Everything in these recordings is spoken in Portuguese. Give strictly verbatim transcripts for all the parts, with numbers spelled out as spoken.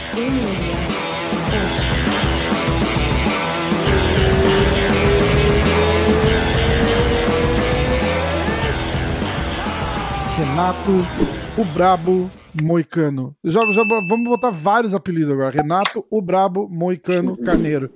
Renato, o Brabo Moicano. Já, já vamos botar vários apelidos agora. Renato, o Brabo Moicano Carneiro.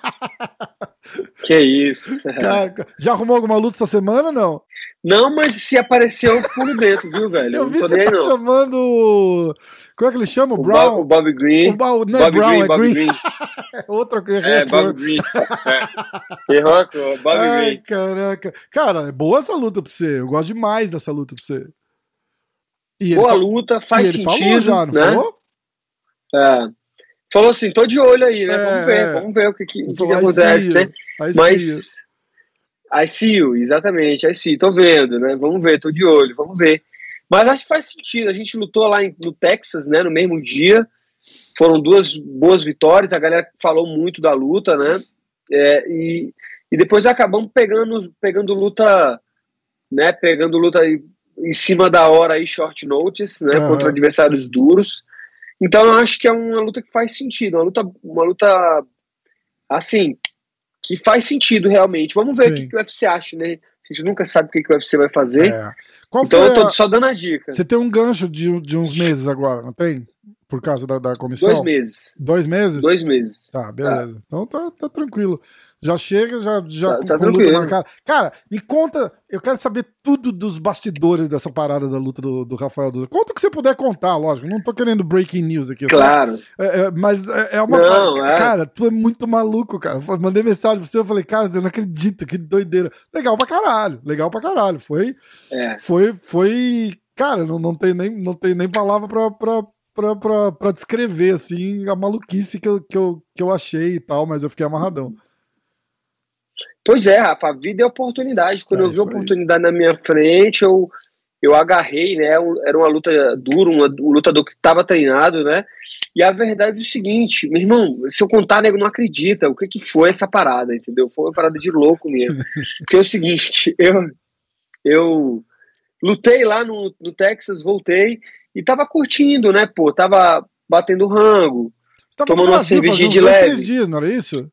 Que isso. Cara, já arrumou alguma luta essa semana ou não? Não, mas se apareceu, eu pulo dentro, viu, velho? Eu, eu vi não tô você nem aí, tá não. chamando... Como é que ele chama? O, O Brown? Bob, o Bob Green. O Bo... Não Bob é Brown, Green, é Bob Green. Green. Outra que eu errei É, a cor. Bob Green. É. Errou a cor, Bob Ai, Green. caraca. Cara, é boa essa luta pra você. Eu gosto demais dessa luta pra você. E Boa fa... luta, faz e ele sentido. falou já, não né? falou? É. Falou assim, tô de olho aí, né? É, vamos ver, é. vamos ver o que, que, que, que I acontece, see né? you. I see Mas... I see you, exatamente, I see, tô vendo, né? Vamos ver, tô de olho, vamos ver. Mas acho que faz sentido, a gente lutou lá em, no Texas, né? No mesmo dia, foram duas boas vitórias, a galera falou muito da luta, né? É, e, e depois acabamos pegando, pegando luta, né? Pegando luta aí em cima da hora aí, short notice, né? Uhum. Contra adversários duros. Então eu acho que é uma luta que faz sentido, uma luta, uma luta assim, que faz sentido realmente. Vamos ver Sim. o que, que o U F C acha, né? A gente nunca sabe o que, que o U F C vai fazer. É. Qual então eu tô a... só dando a dica. Você tem um gancho de, de uns meses agora, não tem? Por causa da, da comissão? Dois meses. Dois meses? Dois meses. Tá, beleza. Tá. Então tá, tá tranquilo. Já chega, já, já tá, com, tá com luta marcada. Cara, me conta, eu quero saber tudo dos bastidores dessa parada da luta do, do Rafael Dos Anjos. Conta o que você puder contar, lógico. Não tô querendo breaking news aqui. Claro. É, é, mas é, é uma... Não, cara, é. tu é muito maluco, cara. Eu mandei mensagem pra você, eu falei, cara, eu não acredito, que doideira. Legal pra caralho, legal pra caralho. Foi, é. foi, foi... Cara, não, não, tem nem, não tem nem palavra pra... pra... Pra, pra, pra descrever, assim, a maluquice que eu, que, eu, que eu achei e tal, mas eu fiquei amarradão. Pois é, Rafa, a vida é oportunidade. Quando é, eu vi a oportunidade aí na minha frente, eu, eu agarrei, né? Era uma luta dura, uma, um lutador que estava treinado, né? E a verdade é o seguinte, meu irmão, se eu contar, nego não acredita o que, que foi essa parada, entendeu? Foi uma parada de louco mesmo. Porque é o seguinte, eu, eu lutei lá no, no Texas, voltei, e tava curtindo, né, pô, tava batendo rango, tomando uma cervejinha de leve. Três dias, não era isso?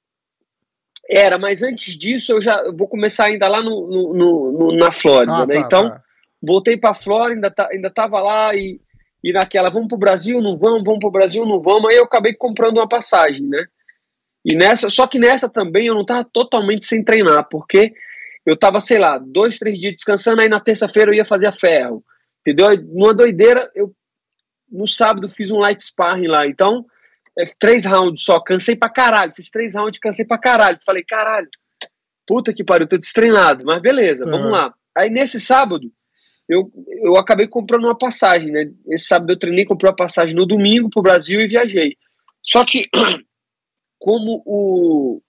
Era, mas antes disso eu já eu vou começar ainda lá no, no, no na Flórida, ah, né, tá, então tá. voltei pra Flórida, ainda, tá, ainda tava lá e, e naquela, vamos pro Brasil, não vamos, vamos pro Brasil, não vamos, aí eu acabei comprando uma passagem, né, e nessa, só que nessa também eu não tava totalmente sem treinar, porque eu tava, sei lá, dois, três dias descansando, aí na terça-feira eu ia fazer a ferro. Entendeu? Numa doideira, eu no sábado fiz um light sparring lá, então, é, três rounds só, cansei pra caralho, fiz três rounds, cansei pra caralho, falei, caralho, puta que pariu, tô destreinado, mas beleza, uhum. Vamos lá. Aí nesse sábado, eu, eu acabei comprando uma passagem, né, esse sábado eu treinei, comprei uma passagem no domingo pro Brasil e viajei, só que, como o,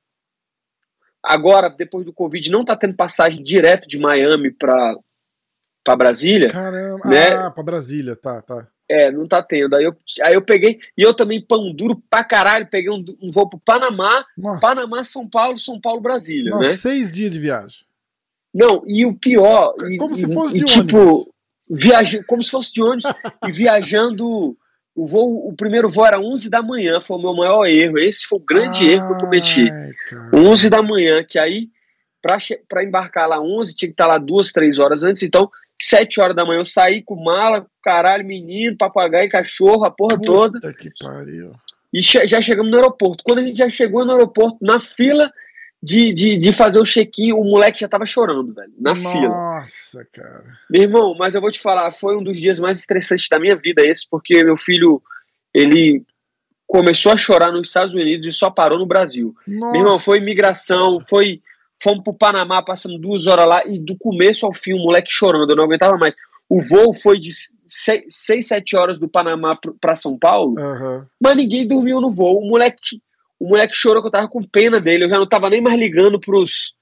agora, depois do Covid, não tá tendo passagem direto de Miami pra pra Brasília. Caramba, né? Ah, pra Brasília, tá, tá. É, não tá tendo. Aí eu, aí eu peguei, e eu também, pão duro pra caralho, peguei um, um voo pro Panamá, Nossa. Panamá, São Paulo, São Paulo, Brasília, Nossa, né? seis dias de viagem. Não, e o pior... Como e, se fosse e, de tipo, ônibus. Viaja, como se fosse de ônibus, e viajando... O, voo, o primeiro voo era onze da manhã, foi o meu maior erro. Esse foi o grande Ai, erro que eu cometi. Cara. onze da manhã, que aí, pra, pra embarcar lá onze, tinha que estar lá duas, três horas antes, então... Sete horas da manhã eu saí com mala, caralho, menino, papagaio, cachorro, a porra Puta toda. Puta que pariu. E che já chegamos no aeroporto. Quando a gente já chegou no aeroporto, na fila de, de, de fazer o check-in, o moleque já tava chorando, velho. Na Nossa, fila. Nossa, cara. Meu irmão, mas eu vou te falar, foi um dos dias mais estressantes da minha vida esse, porque meu filho, ele começou a chorar nos Estados Unidos e só parou no Brasil. Nossa. Meu irmão, foi imigração, foi... Fomos pro Panamá, passamos duas horas lá e do começo ao fim o moleque chorando, eu não aguentava mais. O voo foi de seis, seis sete horas do Panamá pra São Paulo, uhum. mas ninguém dormiu no voo. O moleque, o moleque chorou que eu tava com pena dele, eu já não tava nem mais ligando pros,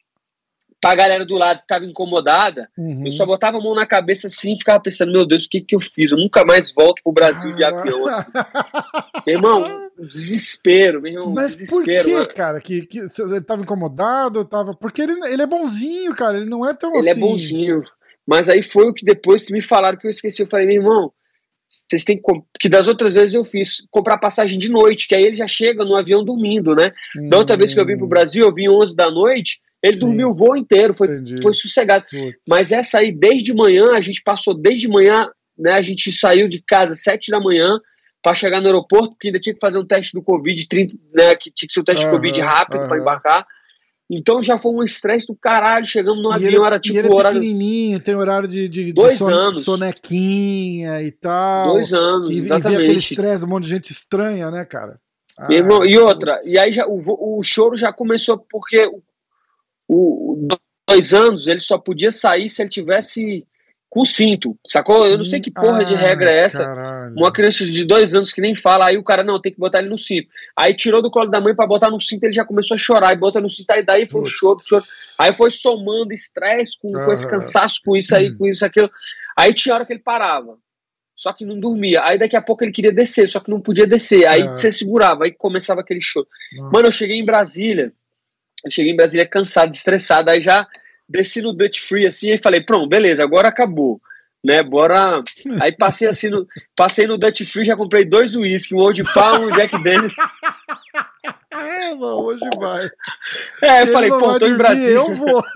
pra galera do lado que tava incomodada. Uhum. Eu só botava a mão na cabeça assim e ficava pensando, meu Deus, o que que eu fiz? Eu nunca mais volto pro Brasil ah, de avião assim. Meu irmão, desespero, meu irmão, Mas desespero. Por quê, mano. cara? Que, que ele tava incomodado? Tava... Porque ele, ele é bonzinho, cara, ele não é tão ele assim. Ele é bonzinho. Mas aí foi o que depois me falaram que eu esqueci. Eu falei, meu irmão, vocês têm que, que das outras vezes eu fiz, comprar passagem de noite, que aí ele já chega no avião dormindo, né? Hum. Da outra vez que eu vim pro Brasil, eu vim onze da noite, ele Sim. dormiu o voo inteiro, foi, foi sossegado. Putz. Mas essa aí, desde manhã, a gente passou desde manhã, né? A gente saiu de casa sete da manhã para chegar no aeroporto, porque ainda tinha que fazer um teste do Covid, trinta, né? Que tinha que ser um teste uhum, de Covid rápido uhum. para embarcar. Então já foi um estresse do caralho, chegamos no e avião, ele, era tipo e ele é horário... pequenininho, tem horário de, de, Dois de son, anos. sonequinha e tal. Dois anos, e, exatamente. E vê aquele estresse, um monte de gente estranha, né, cara? Ah, irmão, e outra, e aí já, o, o choro já começou porque o, o, dois anos ele só podia sair se ele tivesse com cinto, sacou? Eu não sei que porra ah, de regra é essa. Caralho. Uma criança de dois anos que nem fala, aí o cara, não, tem que botar ele no cinto. Aí tirou do colo da mãe pra botar no cinto, ele já começou a chorar, e bota no cinto, aí daí foi um choro, choro. Aí foi somando estresse com, ah, com esse cansaço, com isso aí, com isso, aquilo. Aí tinha hora que ele parava, só que não dormia. Aí daqui a pouco ele queria descer, só que não podia descer. Aí ah. você segurava, aí começava aquele choro. Nossa. Mano, eu cheguei em Brasília, eu cheguei em Brasília cansado, estressado, aí já desci no Dutch Free assim e falei, pronto, beleza, agora acabou, né, bora. Aí passei assim, no, passei no Dutch Free, já comprei dois uísque, um Old Palm, um Jack Daniels. É, mano, hoje vai. É, eu falei, pô, tô dormir, em Brasília. Eu vou.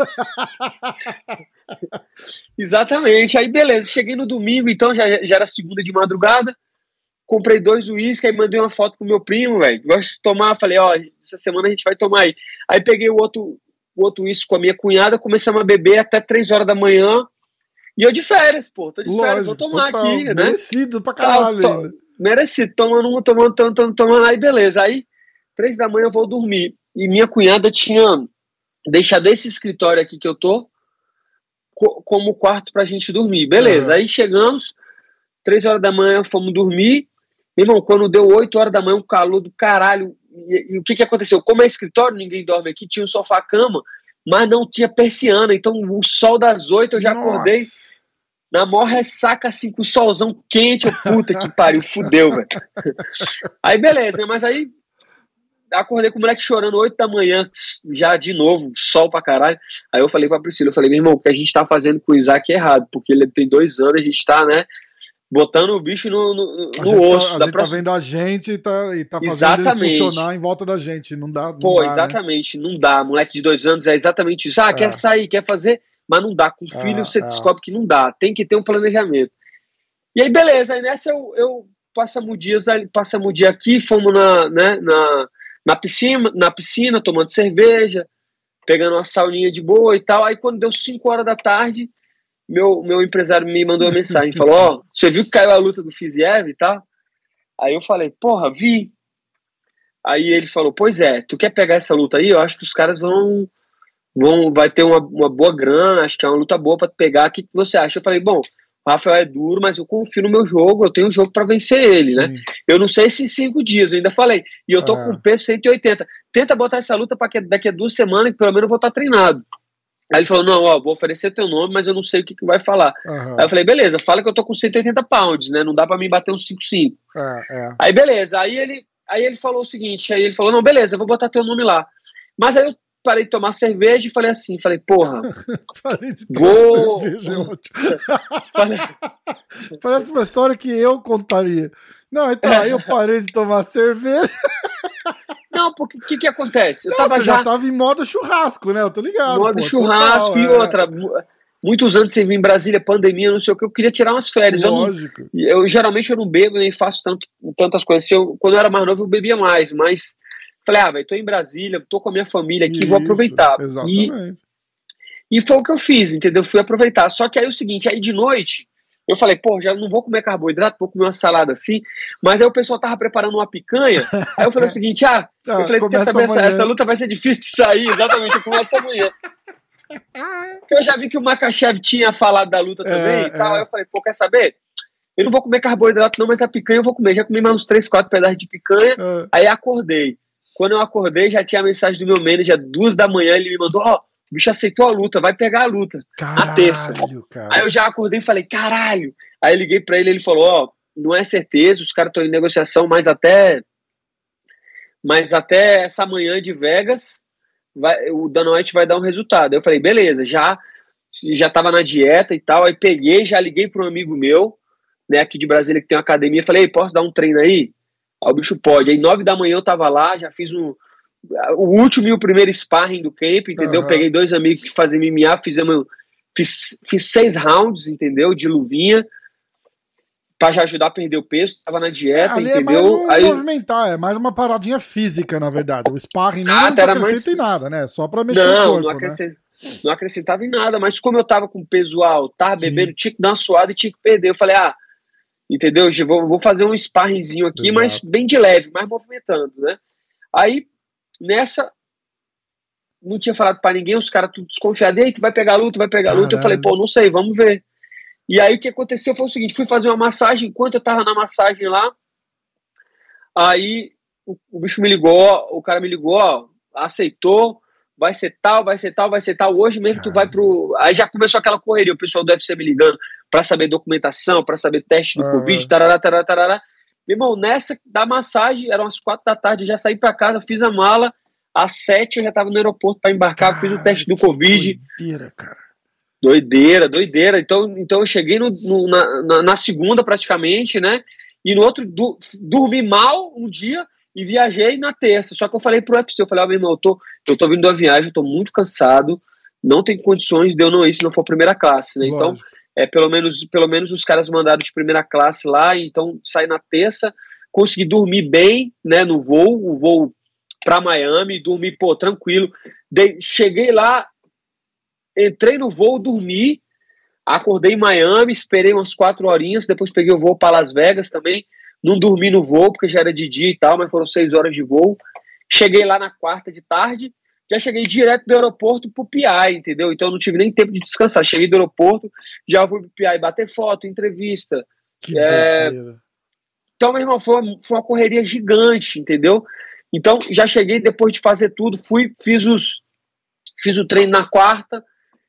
Exatamente, aí beleza, cheguei no domingo, então já, já era segunda de madrugada, comprei dois uísque, aí mandei uma foto pro meu primo, velho, gosto de tomar, falei, ó, essa semana a gente vai tomar aí. Aí peguei o outro o outro isso com a minha cunhada, começamos a beber até três horas da manhã, e eu de férias, pô, tô de Lógico, férias, vou tomar total, aqui, né? Merecido pra caralho tá, ainda. Merecido, tomando uma, tomando, tomando, tomando, tomando, aí beleza, aí três da manhã eu vou dormir, e minha cunhada tinha deixado esse escritório aqui que eu tô, co como quarto pra gente dormir, beleza, uhum. Aí chegamos, três horas da manhã fomos dormir, meu irmão, quando deu oito horas da manhã, um calor do caralho. E, e o que que aconteceu? Como é escritório, ninguém dorme aqui, tinha um sofá-cama, mas não tinha persiana, então o sol das oito eu já Nossa. acordei na maior ressaca, assim, com o solzão quente, eu, puta que pariu, fudeu, velho. Aí beleza, mas aí acordei com o moleque chorando oito da manhã, já de novo, sol pra caralho. Aí eu falei pra Priscila, eu falei, meu irmão, o que a gente tá fazendo com o Isaac é errado, porque ele tem dois anos, a gente tá, né, botando o bicho no, no, no osso. Tá, a da gente próxima... tá vendo a gente e tá, e tá fazendo exatamente. Ele funcionar em volta da gente. Não dá. Não Pô, dá, exatamente, né? Não dá. Moleque de dois anos é exatamente isso. Ah, é. Quer sair, quer fazer, mas não dá. Com o filho é, você é. descobre que não dá. Tem que ter um planejamento. E aí, beleza. Aí nessa eu, eu passamos dias, passamos o dia aqui, fomos na, né, na, na, piscina, na piscina, tomando cerveja, pegando uma sauninha de boa e tal. Aí quando deu cinco horas da tarde, Meu, meu empresário me mandou uma mensagem, falou, ó, oh, você viu que caiu a luta do Fiziev e tal? Aí eu falei, porra, vi. Aí ele falou, pois é, tu quer pegar essa luta aí? Eu acho que os caras vão, vão vai ter uma, uma boa grana, acho que é uma luta boa pra tu pegar, o que, que você acha? Eu falei, bom, o Rafael é duro, mas eu confio no meu jogo, eu tenho um jogo pra vencer ele, Sim. né? Eu não sei se em cinco dias, eu ainda falei, e eu tô ah. com peso cento e oitenta. Tenta botar essa luta pra que daqui a duas semanas, que pelo menos eu vou estar treinado. Aí ele falou, não, ó, vou oferecer teu nome, mas eu não sei o que, que vai falar. Uhum. Aí eu falei, beleza, fala que eu tô com cento e oitenta pounds, né? Não dá pra mim bater uns cinco cinco. É, é. Aí beleza, aí ele, aí ele falou o seguinte, aí ele falou, não, beleza, eu vou botar teu nome lá. Mas aí eu parei de tomar cerveja e falei assim, falei, porra, parei de tomar vou... cerveja, é ótimo. falei... Parece uma história que eu contaria. Não, então, aí eu parei de tomar cerveja... Não, porque o que que acontece? Eu não, tava você já... já tava em modo churrasco, né? Eu tô ligado. Modo pô, churrasco total, e é. outra. Muitos anos sem vir em Brasília, pandemia, não sei o que, eu queria tirar umas férias. Lógico. Eu, não, eu geralmente eu não bebo nem faço tanto, tantas coisas. Se eu, quando eu era mais novo, eu bebia mais, mas falei, ah, velho, tô em Brasília, tô com a minha família aqui, Isso, vou aproveitar. Exatamente. E, e foi o que eu fiz, entendeu? Fui aproveitar. Só que aí é o seguinte, aí de noite. Eu falei, pô, já não vou comer carboidrato, vou comer uma salada assim. Mas aí o pessoal tava preparando uma picanha. Aí eu falei o seguinte, ah, ah eu falei, quer saber, essa, essa luta vai ser difícil de sair. Exatamente, eu começo amanhã. Porque eu já vi que o Makachev tinha falado da luta também é, e tal. É. Aí eu falei, pô, quer saber? Eu não vou comer carboidrato não, mas a picanha eu vou comer. Já comi mais uns três, quatro pedaços de picanha. É. Aí acordei. Quando eu acordei, já tinha a mensagem do meu manager, duas da manhã, ele me mandou, ó, oh, o bicho aceitou a luta, vai pegar a luta. Caralho, na terça. Cara. Aí eu já acordei e falei, caralho. Aí eu liguei pra ele, ele falou, ó, oh, não é certeza, os caras estão em negociação, mas até mas até essa manhã de Vegas, vai, o Dana White vai dar um resultado. Eu falei, beleza, já já tava na dieta e tal, aí peguei, já liguei para um amigo meu, né, aqui de Brasília, que tem uma academia. Falei, ei, posso dar um treino aí? Aí o bicho pode. Aí nove da manhã eu tava lá, já fiz um, o último e o primeiro sparring do camp, entendeu? Uhum. Peguei dois amigos que fazem M M A, fizemos, fiz, fiz seis rounds, entendeu? De luvinha, pra já ajudar a perder o peso, tava na dieta, é, ali entendeu? É mais um aí, movimentar, é mais uma paradinha física, na verdade. O sparring exato, não acrescenta mais... em nada, né? Só pra mexer não, o corpo, não acrescenta, né? Não acrescentava em nada, mas como eu tava com peso alto, tava Sim. bebendo, tinha que dar uma suada e tinha que perder. Eu falei, ah, entendeu? Vou, vou fazer um sparringzinho aqui, Exato. Mas bem de leve, mais movimentando, né? Aí, nessa, não tinha falado pra ninguém, os caras tudo desconfiados, ei, tu vai pegar luta, vai pegar Caralho. luta. Eu falei, pô, não sei, vamos ver. E aí o que aconteceu foi o seguinte, fui fazer uma massagem, enquanto eu tava na massagem lá, aí o, o bicho me ligou, o cara me ligou, ó, aceitou, vai ser tal, vai ser tal, vai ser tal, hoje mesmo Caramba. Tu vai pro... Aí já começou aquela correria, o pessoal deve ser me ligando pra saber documentação, pra saber teste do ah. Covid, tarará, tarará, tarará. Meu irmão, nessa da massagem, eram as quatro da tarde, eu já saí pra casa, fiz a mala, às sete eu já tava no aeroporto pra embarcar, cara, fiz o teste do Covid. Doideira, cara. Doideira, doideira. Então, então eu cheguei no, no, na, na, na segunda praticamente, né? E no outro, du, dormi mal um dia e viajei na terça. Só que eu falei pro U F C, eu falei, ó, ah, meu irmão, eu tô, eu tô vindo da viagem, eu tô muito cansado, não tem condições de eu não ir se não for primeira classe, né? Lógico. Então, é, pelo, menos, pelo menos os caras mandaram de primeira classe lá, então saí na terça, consegui dormir bem, né, no voo, o voo pra Miami, dormi, pô, tranquilo. De, cheguei lá, entrei no voo, dormi, acordei em Miami, esperei umas quatro horinhas, depois peguei o voo para Las Vegas também, não dormi no voo, porque já era de dia e tal, mas foram seis horas de voo. Cheguei lá na quarta de tarde, já cheguei direto do aeroporto pro P I, entendeu? Então eu não tive nem tempo de descansar. Cheguei do aeroporto, já fui pro P I bater foto, entrevista. Que é... Então, meu irmão, foi uma, foi uma correria gigante, entendeu? Então, já cheguei depois de fazer tudo, fui, fiz os fiz o treino na quarta,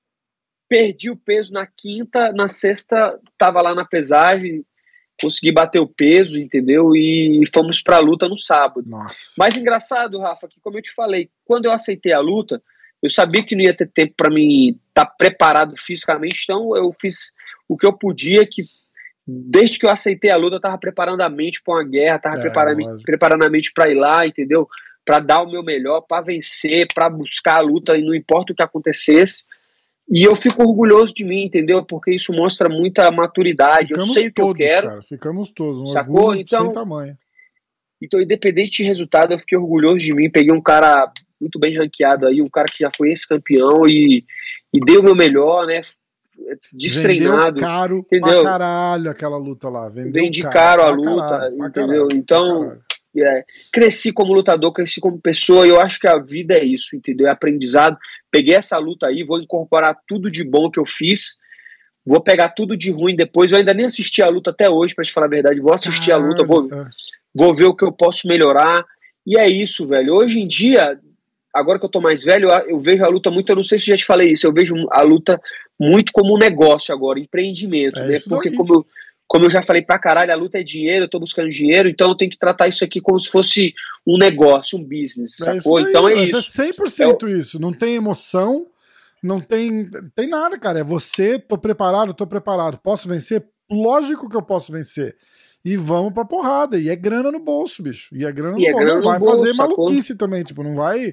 perdi o peso na quinta, na sexta tava lá na pesagem, consegui bater o peso, entendeu? E fomos pra luta no sábado. Nossa. Mas engraçado, Rafa, que como eu te falei, quando eu aceitei a luta, eu sabia que não ia ter tempo para mim estar tá preparado fisicamente, então eu fiz o que eu podia, que desde que eu aceitei a luta, eu tava preparando a mente para uma guerra, tava é, preparando, preparando a mente para ir lá, entendeu? Para dar o meu melhor, para vencer, para buscar a luta, e não importa o que acontecesse. E eu fico orgulhoso de mim, entendeu? Porque isso mostra muita maturidade. Ficamos eu sei o que todos, eu quero. Cara, ficamos todos. Um sacou? Então, sem tamanho. Então, independente de resultado, eu fiquei orgulhoso de mim. Peguei um cara muito bem ranqueado aí, um cara que já foi ex-campeão e, e dei o meu melhor, né? Destreinado. Vendeu caro entendeu? pra caralho aquela luta lá. Vendeu Vendi caro, caro a pra luta, caralho, pra entendeu? Caralho, então, é, cresci como lutador, cresci como pessoa, e eu acho que a vida é isso, entendeu? É aprendizado. Peguei essa luta aí, vou incorporar tudo de bom que eu fiz, vou pegar tudo de ruim depois. Eu ainda nem assisti a luta até hoje, pra te falar a verdade. Vou assistir caralho, a luta, vou, é. vou ver o que eu posso melhorar. E é isso, velho. Hoje em dia, agora que eu tô mais velho, eu vejo a luta muito, eu não sei se já te falei isso, eu vejo a luta muito como um negócio agora, empreendimento, é né? Porque como eu, como eu já falei pra caralho, a luta é dinheiro, eu tô buscando dinheiro, então eu tenho que tratar isso aqui como se fosse um negócio, um business, é sacou? Isso então é mas isso. É cem por cento eu... isso, não tem emoção, não tem, tem nada, cara, é você, tô preparado, tô preparado, posso vencer? Lógico que eu posso vencer. E vamos pra porrada, e é grana no bolso, bicho, e é grana no e bolso, é grana não no vai bolso, fazer sacou? maluquice também, tipo, não vai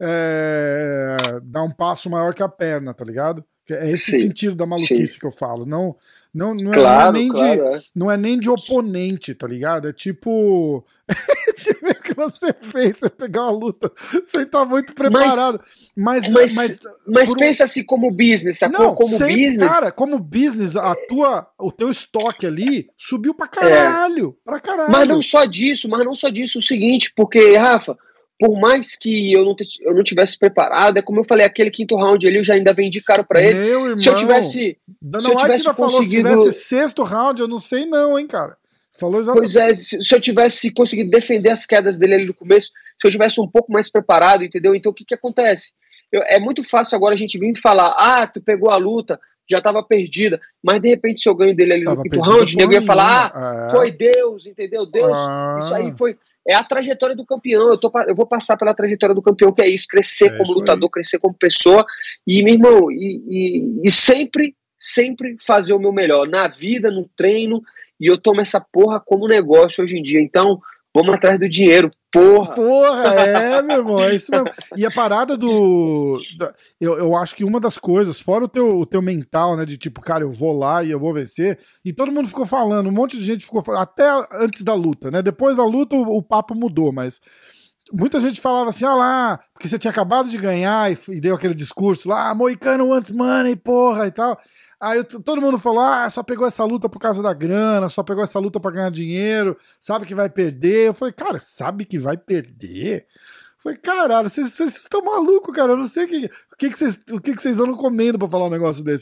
é, dar um passo maior que a perna, tá ligado? É esse sim, sentido da maluquice sim. que eu falo. Não, não, não, é, claro, não, é nem claro, de, é. não é nem de oponente, tá ligado? É tipo. Deixa eu ver o que você fez, você pegar uma luta sem estar muito preparado. Mas, mas, mas, mas, mas por... pensa assim como business, sacou? Não, como sempre, business. Cara, como business, a tua, o teu estoque ali subiu pra caralho. É. Pra caralho. Mas não só disso, mas não só disso. O seguinte, porque, Rafa, por mais que eu não, eu não tivesse preparado, é como eu falei, aquele quinto round ali eu já ainda vendi caro pra ele. Meu irmão, se eu tivesse. Dana se eu tivesse White conseguido. Falou, se tivesse sexto round, eu não sei não, hein, cara. Falou exatamente. Pois é, se, se eu tivesse conseguido defender as quedas dele ali no começo, se eu tivesse um pouco mais preparado, entendeu? Então o que que acontece? Eu, é muito fácil agora a gente vir falar, ah, tu pegou a luta, já tava perdida, mas de repente se eu ganho dele ali tava no quinto round, o nego ia falar, ah, é. foi Deus, entendeu? Deus, ah. isso aí foi. É a trajetória do campeão, eu, tô, eu vou passar pela trajetória do campeão, que é isso, crescer é como isso lutador, aí. Crescer como pessoa, e, meu irmão, e, e, e sempre, sempre fazer o meu melhor, na vida, no treino, e eu tomo essa porra como negócio hoje em dia. Então, vamos atrás do dinheiro, porra! Porra, é, meu irmão, é isso mesmo. E a parada do... Da, eu, eu acho que uma das coisas, fora o teu, o teu mental, né, de tipo, cara, eu vou lá e eu vou vencer, e todo mundo ficou falando, um monte de gente ficou falando, até antes da luta, né, depois da luta o, o papo mudou, mas muita gente falava assim, ah lá, porque você tinha acabado de ganhar e, e deu aquele discurso lá, Moicano wants money, porra, e tal. Aí todo mundo falou, ah, só pegou essa luta por causa da grana, só pegou essa luta pra ganhar dinheiro, sabe que vai perder. Eu falei, cara, sabe que vai perder? Eu falei, caralho, vocês estão malucos, cara, eu não sei o que, o que, que vocês o que, que vocês andam comendo pra falar um negócio desse.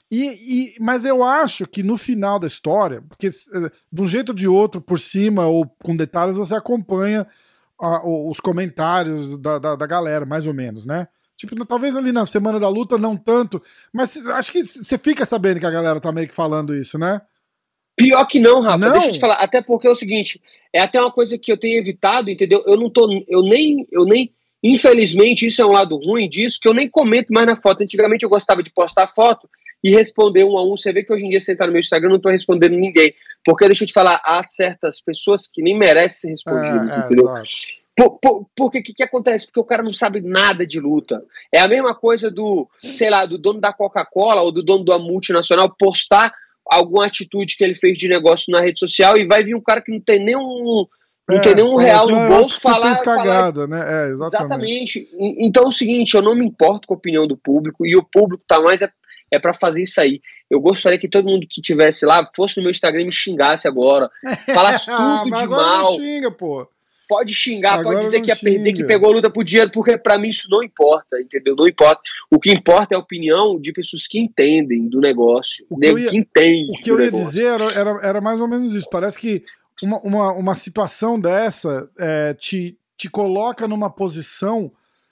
E, e, mas eu acho que no final da história, porque de um jeito ou de outro, por cima ou com detalhes, você acompanha a, os comentários da, da, da galera, mais ou menos, né? Tipo, talvez ali na semana da luta não tanto, mas acho que você fica sabendo que a galera tá meio que falando isso, né? Pior que não, Rafa, não? Deixa eu te falar, até porque é o seguinte, é até uma coisa que eu tenho evitado, entendeu? Eu não tô, eu nem, eu nem, infelizmente, isso é um lado ruim disso, que eu nem comento mais na foto. Antigamente eu gostava de postar foto e responder um a um. Você vê que hoje em dia você entrar no meu Instagram, eu não tô respondendo ninguém, porque deixa eu te falar, há certas pessoas que nem merecem ser respondidas, é, entendeu? É, Por, por, porque o que, que acontece? Porque o cara não sabe nada de luta. É a mesma coisa do, sei lá, do dono da Coca-Cola ou do dono da multinacional postar alguma atitude que ele fez de negócio na rede social e vai vir um cara que não tem nenhum, não é, tem nenhum real no bolso falar... Você fez cagada, falar... né? É, exatamente. exatamente. Então é o seguinte, eu não me importo com a opinião do público e o público tá mais é, é para fazer isso aí. Eu gostaria que todo mundo que tivesse lá fosse no meu Instagram e me xingasse agora, falasse tudo de agora mal. Não xinga, pô. Pode xingar, Agora pode dizer que ia xinga. perder, que pegou a luta por dinheiro, porque pra mim isso não importa, entendeu? Não importa. O que importa é a opinião de pessoas que entendem do negócio, o que, eu ia, que entende o que eu ia negócio. dizer era, era, era mais ou menos isso. Parece que uma, uma, uma situação dessa é, te, te coloca numa posição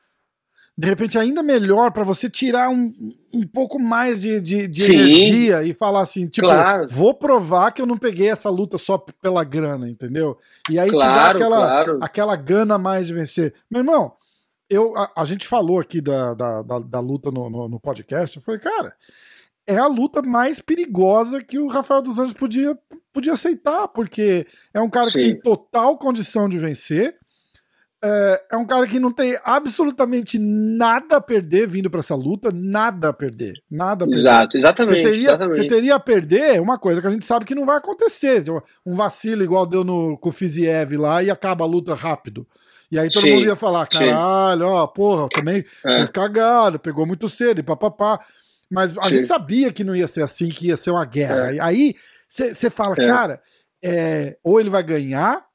de repente ainda melhor para você tirar um, um pouco mais de, de, de energia e falar assim, tipo, claro. Vou provar que eu não peguei essa luta só pela grana, entendeu? E aí claro, te dá aquela, claro. aquela gana mais de vencer. Meu irmão, eu, a, a gente falou aqui da, da, da, da luta no, no, no podcast, eu falei, cara, é a luta mais perigosa que o Rafael dos Anjos podia, podia aceitar, porque é um cara Sim. que tem total condição de vencer. É um cara que não tem absolutamente nada a perder vindo para essa luta, nada a perder, nada a perder. Exato, exatamente. Você teria, exatamente. Você teria a perder uma coisa que a gente sabe que não vai acontecer, um vacilo igual deu no, com o Fiziev lá e acaba a luta rápido. E aí todo sim, mundo ia falar, caralho, sim. ó, porra, também é. fez cagada, pegou muito cedo e papapá. Mas a sim. gente sabia que não ia ser assim, que ia ser uma guerra. É. Aí você fala, é. cara, é, ou ele vai ganhar,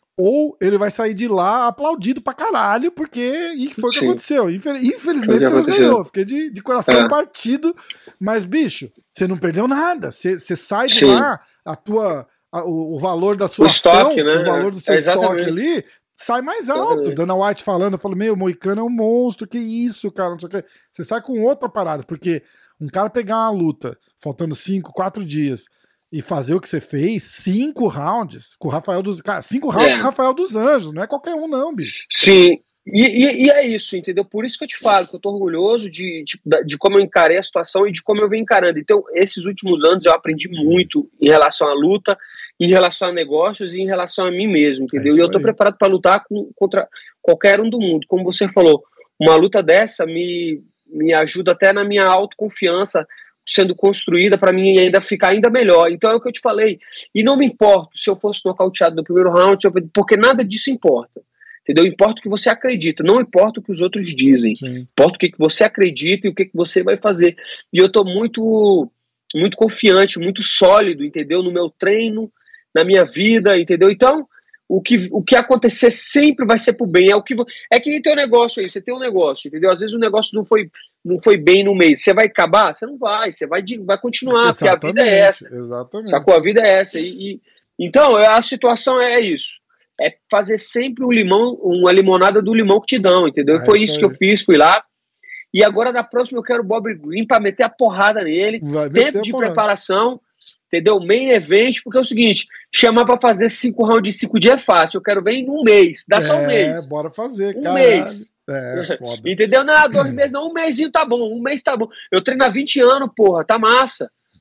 ou ele vai sair de lá aplaudido pra caralho, porque e foi o que aconteceu. Infelizmente você não ganhou, fiquei de, de coração é. partido, mas bicho, você não perdeu nada, você sai de Sim. lá, a tua, a, o, o valor da sua o ação, estoque, né? o valor do seu é, estoque ali, sai mais alto. Exatamente. Dana White falando, eu falo, meu, o Moicano é um monstro, que isso, cara, não sei o que. Você sai com outra parada, porque um cara pegar uma luta, faltando cinco, quatro dias, e fazer o que você fez, cinco rounds com o Rafael dos... Cara, cinco rounds é. com o Rafael dos Anjos, não é qualquer um não, bicho. Sim, e, e, e é isso, entendeu? Por isso que eu te falo, que eu tô orgulhoso de, de, de como eu encarei a situação e de como eu venho encarando. Então, esses últimos anos eu aprendi muito em relação à luta, em relação a negócios e em relação a mim mesmo, entendeu? É e eu tô aí. preparado para lutar com, contra qualquer um do mundo. Como você falou, uma luta dessa me, me ajuda até na minha autoconfiança, sendo construída para mim ainda ficar ainda melhor. Então é o que eu te falei. E não me importo se eu fosse nocauteado no primeiro round, eu... porque nada disso importa. Entendeu? Importa o que você acredita, não importa o que os outros dizem. Sim. Importa o que você acredita e o que você vai fazer. E eu estou muito, muito confiante, muito sólido, entendeu? No meu treino, na minha vida, entendeu? Então, o que, o que acontecer sempre vai ser pro bem. É, o que, é que nem teu negócio aí, você tem um negócio, entendeu? Às vezes o negócio não foi, não foi bem no mês. Você vai acabar? Você não vai, você vai, vai continuar, exatamente, porque a vida é essa. Exatamente. Sacou? A vida é essa. E, e, então, a situação é isso. É fazer sempre um limão, uma limonada do limão que te dão, entendeu? E foi isso, isso que eu fiz, fui lá. E agora, da próxima, eu quero o Bob Green pra meter a porrada nele. Vai tempo de porrada. preparação. Entendeu? Main event, porque é o seguinte, chamar pra fazer cinco rounds de cinco dias é fácil, eu quero ver em um mês, dá é, só um mês. É, bora fazer, um caralho. mês. É, foda. Entendeu? Não, dois meses não, um mêsinho tá bom, um mês tá bom. Eu treino há vinte anos, porra, tá massa.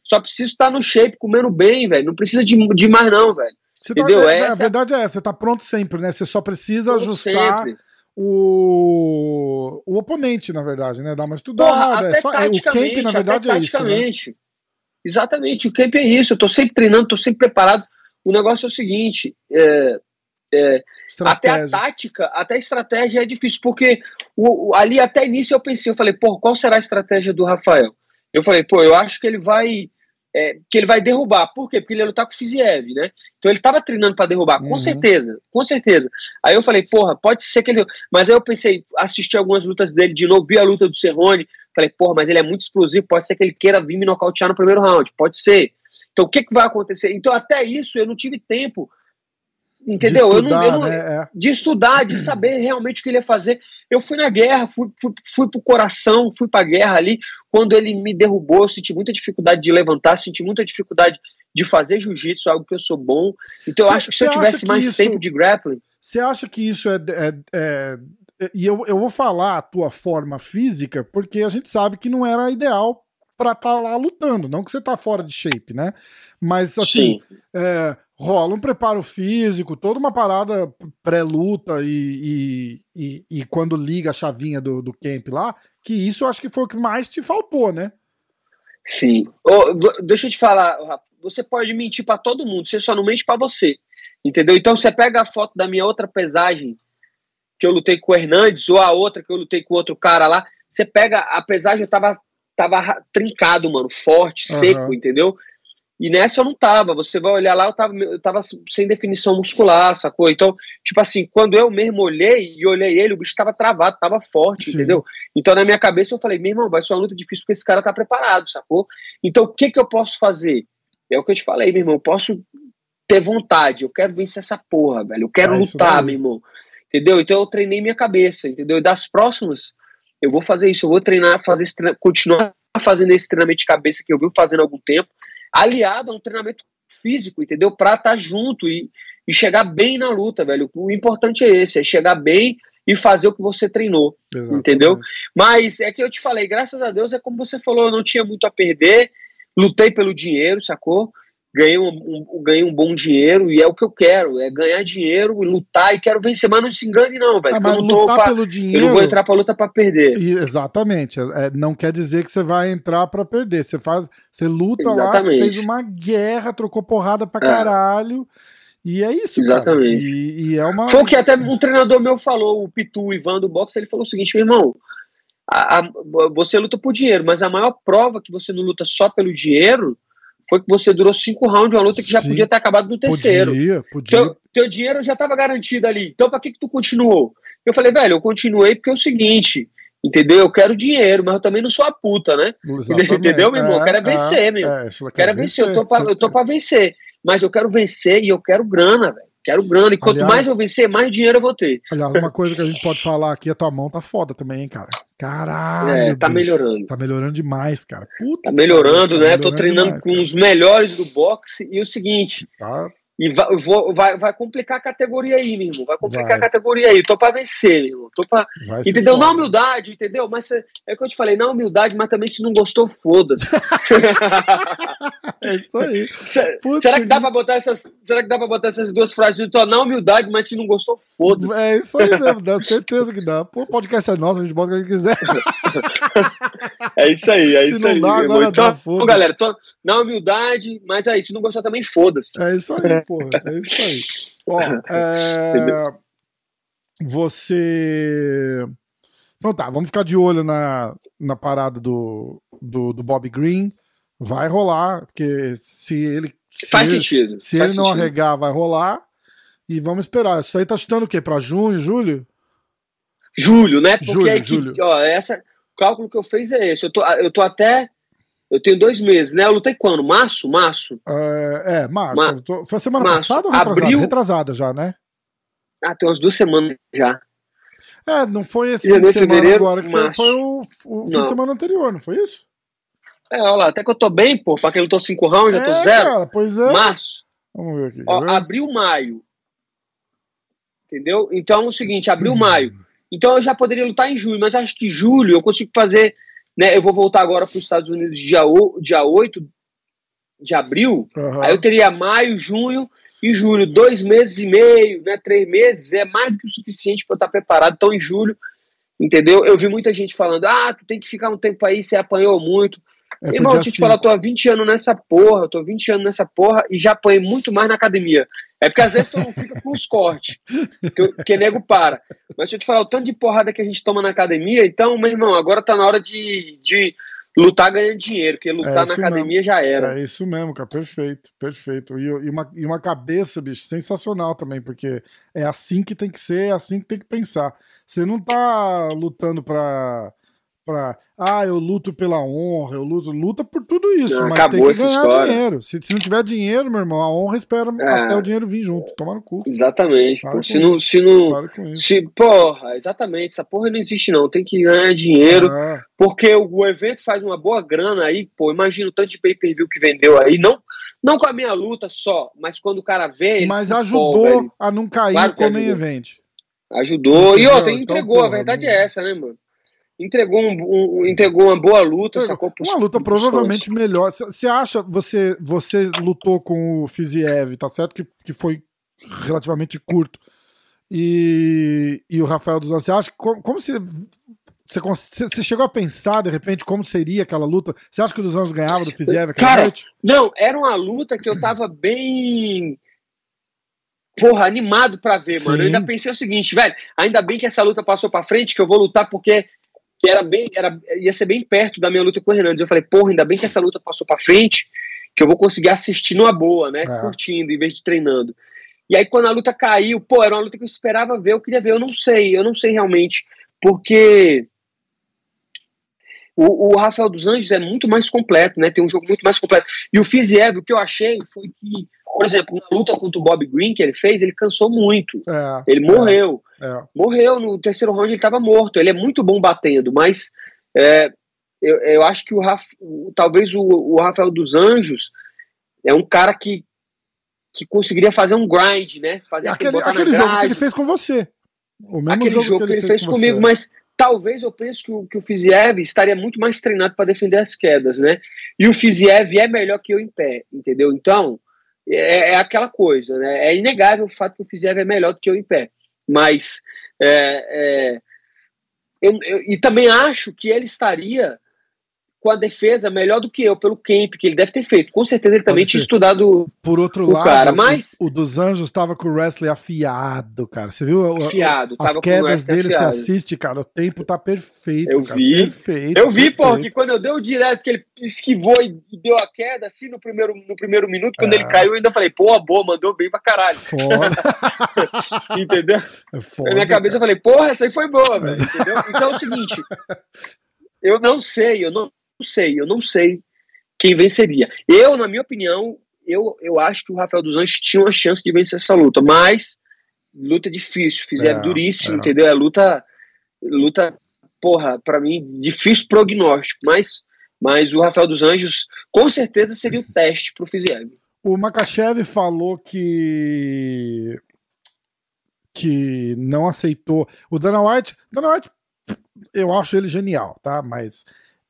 Só preciso estar no shape, comendo bem, velho. Não precisa de, de mais, não, velho. Você Entendeu? Tá, é, essa... A verdade é essa, você tá pronto sempre, né? Você só precisa pronto ajustar o... o oponente, na verdade, né? Dar uma estudada. Porra, até é só... O camp, na verdade, é isso, né? Exatamente, o camp é isso. Eu tô sempre treinando, tô sempre preparado. O negócio é o seguinte, é, é, até a tática, até a estratégia é difícil, porque o, o, ali até início eu pensei, eu falei, pô, qual será a estratégia do Rafael? Eu falei, pô, eu acho que ele vai é, que ele vai derrubar. Por quê? Porque ele ia lutar com o Fiziev, né? Então ele tava treinando para derrubar, com uhum. certeza, com certeza. Aí eu falei, porra, pode ser que ele... Mas aí eu pensei, assisti algumas lutas dele de novo, vi a luta do Cerrone, falei, porra, mas ele é muito explosivo, pode ser que ele queira vir me nocautear no primeiro round, pode ser. Então o que, que vai acontecer? Então até isso eu não tive tempo, entendeu? De estudar, eu não, eu não, né? de estudar, de saber realmente o que ele ia fazer. Eu fui na guerra, fui, fui, fui pro coração, fui pra guerra ali. Quando ele me derrubou, eu senti muita dificuldade de levantar, senti muita dificuldade de fazer jiu-jitsu, algo que eu sou bom. Então eu cê, acho que se eu tivesse mais isso, tempo de grappling... Você acha que isso é... é, é... E eu, eu vou falar a tua forma física, porque a gente sabe que não era ideal pra estar tá lá lutando. Não que você tá fora de shape, né? Mas assim, é, rola um preparo físico, toda uma parada pré-luta e, e, e, e quando liga a chavinha do, do camp lá, que isso eu acho que foi o que mais te faltou, né? Sim. Oh, deixa eu te falar, Rafa, você pode mentir pra todo mundo, você só não mente pra você. Entendeu? Então você pega a foto da minha outra pesagem, que eu lutei com o Hernandes, ou a outra que eu lutei com outro cara lá, você pega a pesagem, eu tava, tava trincado, mano, forte, uhum. seco, entendeu? E nessa eu não tava, você vai olhar lá, eu tava, eu tava sem definição muscular, sacou? Então, tipo assim, quando eu mesmo olhei e olhei ele, o bicho tava travado, tava forte, Sim. entendeu? Então na minha cabeça eu falei, meu irmão, vai ser uma luta difícil porque esse cara tá preparado, sacou? Então o que que eu posso fazer? É o que eu te falei, meu irmão, eu posso ter vontade, eu quero vencer essa porra, velho, eu quero ah, lutar, meu irmão. Entendeu? Então eu treinei minha cabeça, entendeu? E das próximas, eu vou fazer isso, eu vou treinar, fazer esse treino, continuar fazendo esse treinamento de cabeça que eu venho fazendo há algum tempo, aliado a um treinamento físico, entendeu? Pra estar junto e, e chegar bem na luta, velho. O importante é esse, é chegar bem e fazer o que você treinou, Exatamente. Entendeu? Mas é que eu te falei, graças a Deus, é como você falou, eu não tinha muito a perder, lutei pelo dinheiro, sacou? Ganhei um, um, ganhei um bom dinheiro e é o que eu quero, é ganhar dinheiro e lutar e quero vencer, mas não se engane não, velho. Ah, mas eu não lutar pra, pelo dinheiro... Eu não vou entrar pra luta pra perder. Exatamente, é, não quer dizer que você vai entrar pra perder, você faz, você luta Exatamente. lá, você fez uma guerra, trocou porrada pra caralho, é. E é isso, Exatamente. Cara. E, e é uma... Foi o que até um treinador meu falou, o Pitu, o Ivan do boxe, ele falou o seguinte, meu irmão, a, a, você luta por dinheiro, mas a maior prova que você não luta só pelo dinheiro foi que você durou cinco rounds, uma luta que já Sim, podia ter acabado no terceiro. Podia, podia. Teu, teu dinheiro já estava garantido ali. Então, pra que que tu continuou? Eu falei, velho, eu continuei porque é o seguinte, entendeu? Eu quero dinheiro, mas eu também não sou a puta, né? Exatamente. Entendeu, meu irmão? É, eu quero é vencer, é, meu. É, eu quero vencer, vencer. Eu, tô pra, eu tô pra vencer. Mas eu quero vencer e eu quero grana, velho. Quero grana. E quanto aliás, mais eu vencer, mais dinheiro eu vou ter. Aliás, uma coisa que a gente pode falar aqui, a tua mão tá foda também, hein, cara? Caralho, é, tá bicho. melhorando. Tá melhorando demais, cara. Puta tá melhorando, cara, né? Tá melhorando Tô treinando demais, com cara. os melhores do boxe. E o seguinte, tá. e vai, vou, vai, vai complicar a categoria aí, meu irmão. Vai complicar vai. a categoria aí. Tô pra vencer, meu irmão. Tô pra... Entendeu? Na humildade, entendeu? Mas é o que eu te falei, na humildade, mas também se não gostou, foda-se. É isso aí. Será que dá pra botar essas, será que dá pra botar essas duas frases? Tô na humildade, mas se não gostou, foda-se. É isso aí mesmo, dá certeza que dá. Pô, o podcast é nosso, a gente bota o que a gente quiser. É isso aí, é se isso não aí. Dá, agora então, dá, foda-se. Então, galera, tô na humildade, mas aí, se não gostou também, foda-se. É isso aí, porra. É isso aí. Ó, é... você... Então tá, vamos ficar de olho na, na parada do, do, do Bob Green. Vai rolar, porque se ele... Se Faz ele, sentido. Se faz ele não sentido. arregar, vai rolar. E vamos esperar. Isso aí tá chutando o quê? Pra junho, julho? Julho, né? Porque julho, aí julho. Que, ó, essa, o cálculo que eu fiz é esse. Eu tô, eu tô até... Eu tenho dois meses, né? Eu lutei quando? Março? Março? É, é março. Mar... Tô... Foi semana março. passada ou retrasada? Abril... Retrasada já, né? Ah, tem umas duas semanas já. É, não foi esse fim de semana agora, que foi, foi o, o fim de semana anterior, não foi isso? É, olha lá, até que eu tô bem, pô, pra quem lutou cinco rounds, já tô é, zero. Cara, pois é. Março. Vamos ver aqui. Ó, abril, maio. Entendeu? Então é o seguinte, abril, hum. maio. Então eu já poderia lutar em julho, mas acho que julho eu consigo fazer, né? Eu vou voltar agora para os Estados Unidos dia, dia oito, de abril, Uhum. aí eu teria maio, junho e julho, dois meses e meio, né, três meses, é mais do que o suficiente para eu estar preparado. Então, em julho, entendeu? Eu vi muita gente falando, ah, tu tem que ficar um tempo aí, você apanhou muito. É, Irmão, deixa eu te falar, eu tô há vinte anos nessa porra, eu tô há vinte anos nessa porra e já apanhei muito mais na academia. É porque às vezes tu não fica com os cortes, que, que nego para. Mas deixa eu te falar, o tanto de porrada que a gente toma na academia, então, meu irmão, agora tá na hora de, de lutar ganhando dinheiro, porque lutar É na isso academia mesmo. já era. É isso mesmo, cara, perfeito, perfeito. E, e uma, e uma cabeça, bicho, sensacional também, porque é assim que tem que ser, é assim que tem que pensar. Você não tá lutando pra, pra ah, eu luto pela honra, eu luto, luta por tudo isso, Não, mas tem acabou que essa ganhar história. dinheiro. Se, se não tiver dinheiro, meu irmão, a honra espera até o É, dinheiro vir junto, toma no cu. exatamente. Para Pô, com se não, isso, se não, para com isso. se, porra, exatamente, essa porra não existe não, tem que ganhar dinheiro, Ah, porque o, o evento faz uma boa grana aí, pô, imagina o tanto de pay-per-view que vendeu aí, não, não com a minha luta só, mas quando o cara vê, ele mas se empolga, ele, ajudou a não cair claro o que Comem ajudou, Event. ajudou, e outra, Entendeu? Então, entregou, a porra, verdade não- é essa, né, mano? Entregou, um, um- entregou uma boa luta, sacou? Pros, uma luta pros fãs. provavelmente melhor. Você acha, você, você lutou com o Fiziev, tá certo? Que, que foi relativamente curto. E, e o Rafael dos Anjos, você acha que como, como você, você, você chegou a pensar de repente como seria aquela luta? Você acha que o dos Anjos ganhava do Fiziev aquela Cara, noite? não, era uma luta que eu tava bem, porra, animado pra ver, mano. Eu ainda Sim. pensei o seguinte, velho, ainda bem que essa luta passou pra frente, que eu vou lutar porque que era bem, era, ia ser bem perto da minha luta com o Hernandes. Eu falei, porra, ainda bem que essa luta passou pra frente, que eu vou conseguir assistir numa boa, né? É. Curtindo, em vez de treinando. E aí, quando a luta caiu, pô, era uma luta que eu esperava ver, eu queria ver, eu não sei, eu não sei realmente, porque o, o Rafael dos Anjos é muito mais completo, né? Tem um jogo muito mais completo. E o Fiziev, o que eu achei foi que, por exemplo, na luta contra o Bob Green que ele fez, ele cansou muito. É, Ele morreu. é. Morreu no terceiro round, ele estava morto. Ele é muito bom batendo, mas é, eu, eu acho que o, Raf, o talvez o, o Rafael dos Anjos é um cara que, que conseguiria fazer um grind, né? Fazer Aquele, botar na aquele jogo que grade. ele fez com você. O mesmo Aquele jogo, jogo que ele, fez, com comigo, você. mas talvez eu pense que o, que o Fiziev estaria muito mais treinado para defender as quedas, né? E o Fiziev é melhor que eu em pé, entendeu? Então, é, é aquela coisa, né? É inegável o fato que o Fiziev é melhor do que eu em pé. Mas, é, é, eu, eu, e também acho que ele estaria com a defesa melhor do que eu, pelo camp que ele deve ter feito. Com certeza ele também Pode tinha ser. estudado Por outro o lado, cara, mas... o, o dos Anjos estava com o wrestling afiado, cara. Você viu? Afiado, As tava quedas com o wrestling dele, afiado. você assiste, cara. O tempo tá perfeito, Eu cara. vi. Perfeito. Eu vi, perfeito. pô, que quando eu dei o direto, que ele esquivou e deu a queda, assim, no primeiro, no primeiro minuto, quando É. ele caiu, eu ainda falei, pô, boa, mandou bem pra caralho. Foda. Entendeu? É foda, Na minha cabeça cara. eu falei, porra, essa aí foi boa, velho, entendeu? Então é o seguinte, eu não sei, eu não sei, eu não sei quem venceria. Eu, na minha opinião, eu, eu acho que o Rafael dos Anjos tinha uma chance de vencer essa luta, mas luta difícil, fizeram É, duríssimo, é. entendeu? É luta, luta, porra, pra mim, difícil prognóstico, mas, mas o Rafael dos Anjos com certeza seria o teste pro Fiziev. O Makhachev falou que que não aceitou. O Dana White, Dana White, eu acho ele genial, tá? Mas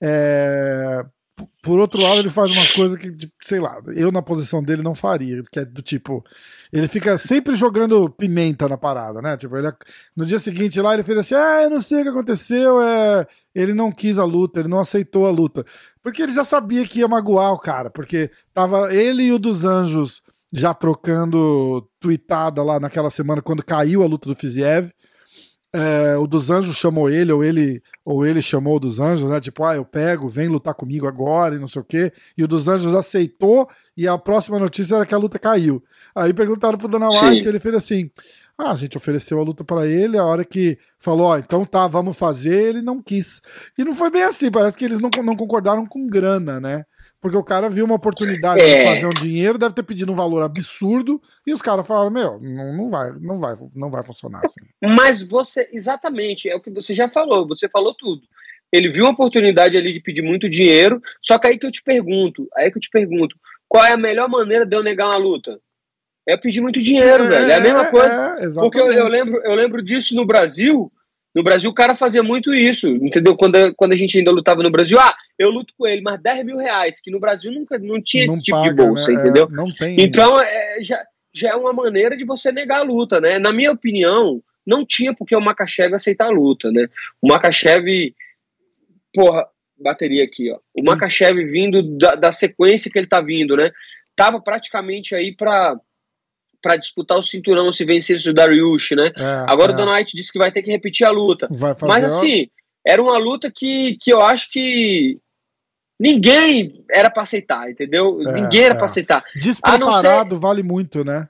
é, por outro lado, ele faz umas coisas que, sei lá, eu na posição dele não faria, que é do tipo, ele fica sempre jogando pimenta na parada, né? Tipo, ele, no dia seguinte lá ele fez assim, ah, eu não sei o que aconteceu, é, ele não quis a luta, ele não aceitou a luta, porque ele já sabia que ia magoar o cara, porque tava ele e o dos Anjos já trocando tweetada lá naquela semana quando caiu a luta do Fiziev. É, o dos Anjos chamou ele ou, ele, ou ele chamou o dos Anjos, né? Tipo, ah, eu pego, vem lutar comigo agora e não sei o quê. E o dos Anjos aceitou e a próxima notícia era que a luta caiu. Aí perguntaram pro Dana White e ele fez assim, ah, a gente ofereceu a luta pra ele, a hora que falou, ó, oh, então tá, vamos fazer, ele não quis. E não foi bem assim, parece que eles não, não concordaram com grana, né? Porque o cara viu uma oportunidade é. de fazer um dinheiro, deve ter pedido um valor absurdo, e os caras falaram, meu, não, não, vai, não, vai, não vai funcionar assim. Mas você, exatamente, é o que você já falou, você falou tudo. Ele viu uma oportunidade ali de pedir muito dinheiro, só que aí que eu te pergunto, aí que eu te pergunto, qual é a melhor maneira de eu negar uma luta? É pedir muito dinheiro, é, velho, é a mesma coisa. É, porque eu, eu, lembro, eu lembro disso no Brasil, no Brasil o cara fazia muito isso, entendeu? Quando, quando a gente ainda lutava no Brasil, ah, eu luto com ele, mas dez mil reais, que no Brasil nunca não tinha Não esse tipo paga, de bolsa, né? entendeu? É, não tem. Então, é, já, já é uma maneira de você negar a luta, né? Na minha opinião, não tinha porque o Makhachev aceitar a luta, né? O Makhachev, porra, bateria aqui, ó. O Makhachev vindo da, da sequência que ele tá vindo, né? Tava praticamente aí pra, pra disputar o cinturão se vencesse o Dariush, né? É, Agora é. o Dana White disse que vai ter que repetir a luta. Vai fazer, Mas assim, era uma luta que, que eu acho que ninguém era pra aceitar, entendeu? É, ninguém era é. pra aceitar. Despreparado ser... vale muito, né?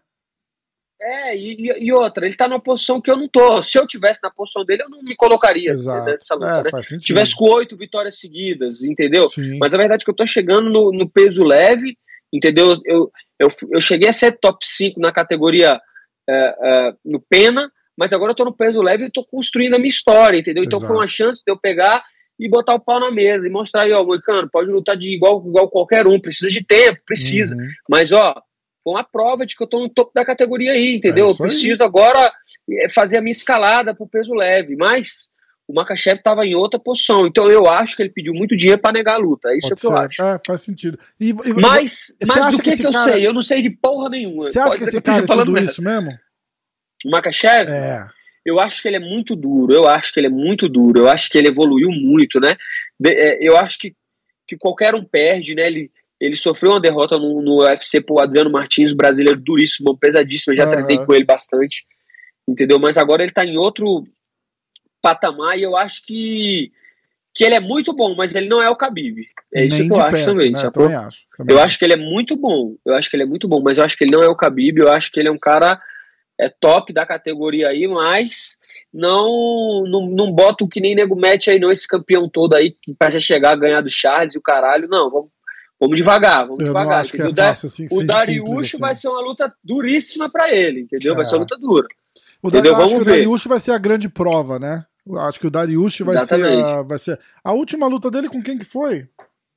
É, e, e outra, ele tá numa posição que eu não tô. Se eu tivesse na posição dele, eu não me colocaria nessa luta, é, né? Se tivesse com oito vitórias seguidas, entendeu? Sim. Mas a verdade é que eu tô chegando no, no peso leve, entendeu? Eu, eu, eu cheguei a ser top cinco na categoria é, é, no pena, mas agora eu tô no peso leve e tô construindo a minha história, entendeu? Então Exato. foi uma chance de eu pegar e botar o pau na mesa e mostrar aí, ó, Moicano, pode lutar de igual, igual qualquer um, precisa de tempo, precisa. Uhum. Mas, ó, foi uma prova de que eu tô no topo da categoria aí, entendeu? É eu preciso aí. Agora fazer a minha escalada pro peso leve, mas o Makhachev tava em outra posição, então eu acho que ele pediu muito dinheiro pra negar a luta, é isso Pode que eu ser. acho. É, faz sentido. E, e, mas mas do que, que, que eu cara... sei? Eu não sei de porra nenhuma. Você acha Pode que esse que cara é tudo mesmo. isso mesmo? O Makhachev? É. Eu acho que ele é muito duro, eu acho que ele é muito duro, eu acho que ele evoluiu muito, né? De, é, eu acho que, que qualquer um perde, né? Ele, ele sofreu uma derrota no, no U F C pro Adriano Martins, brasileiro duríssimo, pesadíssimo, eu já uhum. tratei com ele bastante, entendeu? Mas agora ele tá em outro patamar e eu acho que, que ele é muito bom, mas ele não é o Khabib. É isso Nem que eu acho perto, também, né? sacou? Eu também acho. Também eu acho. acho que ele é muito bom, eu acho que ele é muito bom, mas eu acho que ele não é o Khabib, eu acho que ele é um cara é top da categoria aí, mas não, não, não bota o que nem nego mete aí não, esse campeão todo aí, pra já chegar a ganhar do Charles e o caralho, não, vamos, vamos devagar, vamos eu devagar. Não acho que é fácil, assim, o Dariush assim. vai ser uma luta duríssima pra ele, entendeu? É. Vai ser uma luta dura. O entendeu? Dar, eu acho vamos que ver. o Dariush vai ser a grande prova, né? Eu acho que o Dariush vai ser, a, vai ser a última luta dele com quem que foi?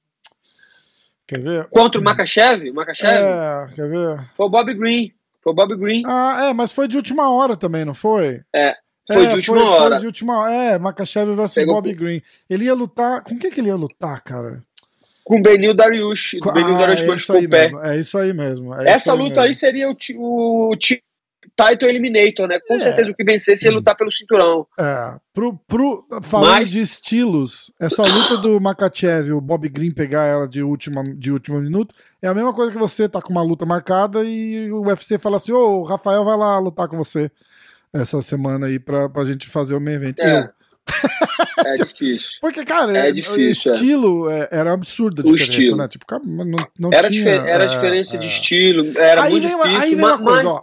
Quer ver? Contra o Makhachev? O Makhachev? É, quer ver? Foi o Bobby Green. Foi o Bobby Green. Ah, é, mas foi de última hora também, não foi? É, foi é, de última foi, hora. Foi de última É, Makhachev versus Pegou Bobby com... Green. Ele ia lutar... Com quem que ele ia lutar, cara? Com o Benil Dariush. Com... Benil ah, Dariush é isso aí pé. mesmo. É isso aí mesmo. É Essa aí luta mesmo. aí seria o, o, o Title Eliminator, né? Com é. certeza o que vencesse ia lutar pelo cinturão. É. Pro, pro, falando Mas... de estilos, essa luta do Makhachev e o Bobby Green pegar ela de última, de último minuto é a mesma coisa que você tá com uma luta marcada e o U F C fala assim, ô, o Rafael vai lá lutar com você essa semana aí pra, pra gente fazer o main event. É. Eu. É difícil. Porque, cara, é o difícil, estilo é. era absurdo a o diferença, estilo. né? Tipo, não, não era tinha... Difer era é, diferença é... de estilo, era aí muito vem, difícil. Aí vem mas, uma coisa, mas... ó,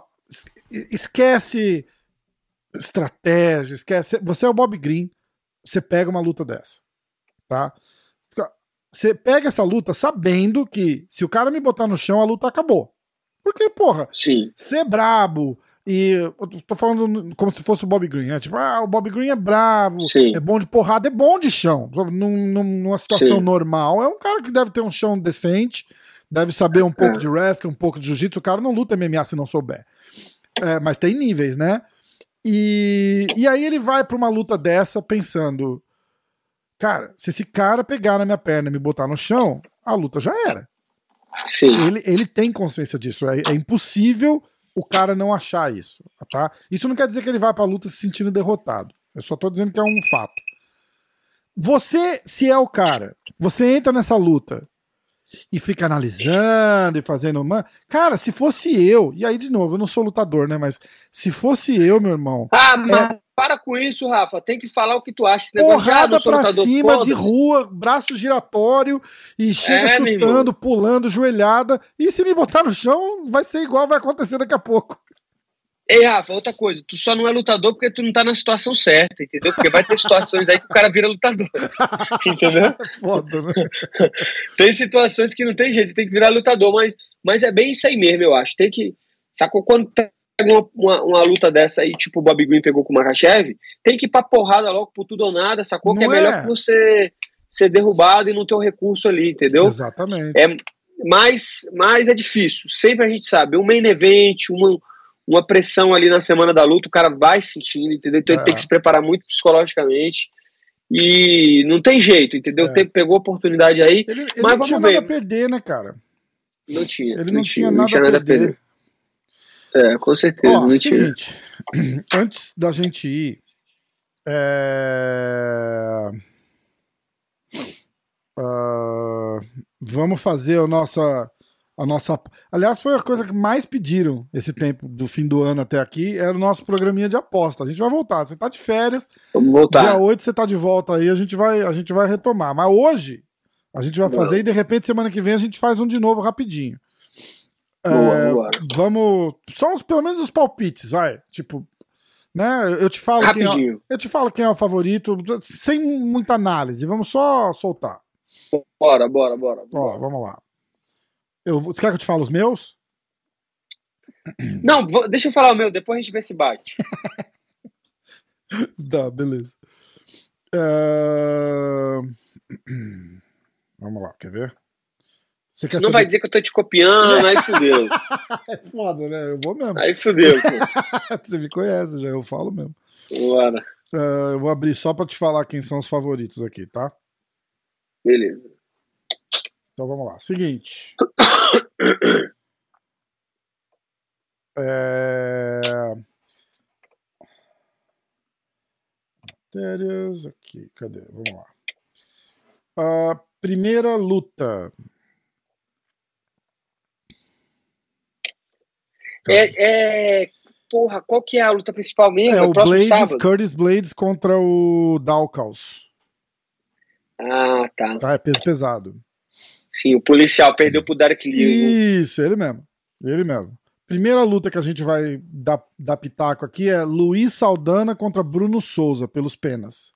esquece estratégia, esquece... Você é o Bobby Green, você pega uma luta dessa, tá? Você pega essa luta sabendo que se o cara me botar no chão, a luta acabou. Porque, porra, Sim. ser brabo... E eu tô falando como se fosse o Bobby Green, né? Tipo, ah, o Bobby Green é bravo, Sim. é bom de porrada, é bom de chão. Num, numa situação Sim. normal, é um cara que deve ter um chão decente, deve saber um pouco é. de wrestling, um pouco de jiu-jitsu. O cara não luta M M A se não souber. É, mas tem níveis, né? E, e aí ele vai pra uma luta dessa pensando, cara, se esse cara pegar na minha perna e me botar no chão, a luta já era. Sim. Ele, ele tem consciência disso. É, é impossível o cara não achar isso, tá? Isso não quer dizer que ele vai pra luta se sentindo derrotado. Eu só tô dizendo que é um fato. Você, se é o cara, você entra nessa luta e fica analisando e fazendo... Uma... Cara, se fosse eu, e aí de novo, eu não sou lutador, né? Mas se fosse eu, meu irmão... Ah, mas é... para com isso, Rafa. Tem que falar o que tu acha. Porrada pra lutador, cima, de rua, braço giratório, e chega é, chutando, pulando, joelhada. E se me botar no chão, vai ser igual, vai acontecer daqui a pouco. Ei, Rafa, outra coisa. Tu só não é lutador porque tu não tá na situação certa, entendeu? Porque vai ter situações aí que o cara vira lutador. Entendeu? Foda, né? Tem situações que não tem jeito, você tem que virar lutador, mas, mas é bem isso aí mesmo, eu acho. Tem que... Sacou? Quando pega uma, uma, uma luta dessa aí, tipo o Bobby Green pegou com o Makhachev, tem que ir pra porrada logo por tudo ou nada, sacou? Não que é, é melhor que você ser derrubado e não ter o recurso ali, entendeu? Exatamente. É, mas, mas é difícil. Sempre a gente sabe, um main event, uma... uma pressão ali na semana da luta, o cara vai sentindo, entendeu? Então é. ele tem que se preparar muito psicologicamente. E não tem jeito, entendeu? É. Tem, pegou a oportunidade aí, Ele, ele mas não tinha vamos ver. nada a perder, né, cara? Não tinha. Ele não, não, tinha, tinha, não nada, tinha a nada a perder. perder. É, com certeza. Ó, não seguinte, tinha. antes da gente ir, é... uh, vamos fazer a nossa, a nossa. Aliás, foi a coisa que mais pediram esse tempo do fim do ano até aqui, era o nosso programinha de aposta. A gente vai voltar. Você tá de férias, Vamos voltar. dia oito você tá de volta aí, a gente vai, a gente vai retomar. Mas hoje a gente vai fazer Não. e de repente semana que vem a gente faz um de novo rapidinho. Boa, É, boa. vamos. Só os, pelo menos os palpites, vai. Tipo, né? Eu te falo quem é, Rapidinho. eu te falo quem é o favorito, sem muita análise. Vamos só soltar. Bora, bora, bora. Ó, bora. vamos lá. Eu, vou- você quer que eu te fale os meus? Não, vou- deixa eu falar o meu, depois a gente vê se bate. Tá, beleza. É, vamos lá, quer ver? Você quer Senão saber vai dizer que eu tô te copiando, aí fudeu. É foda, né? Eu vou mesmo. Aí fudeu, pô. Você me conhece já, eu falo mesmo. Bora. É, eu vou abrir só pra te falar quem são os favoritos aqui, tá? Beleza. Então vamos lá. Seguinte. É... Matérias aqui, cadê? Vamos lá. A primeira luta. É, é, porra, qual que é a luta principal mesmo? É É o próximo Blades, sábado? Curtis Blades contra o Dawkins. Ah, tá. Tá, é peso pesado. Sim, o policial perdeu pro Derek Lewis. Isso, ele mesmo. Ele mesmo. Primeira luta que a gente vai dar, dar pitaco aqui é Luiz Saldana contra Bruno Souza, pelos penas.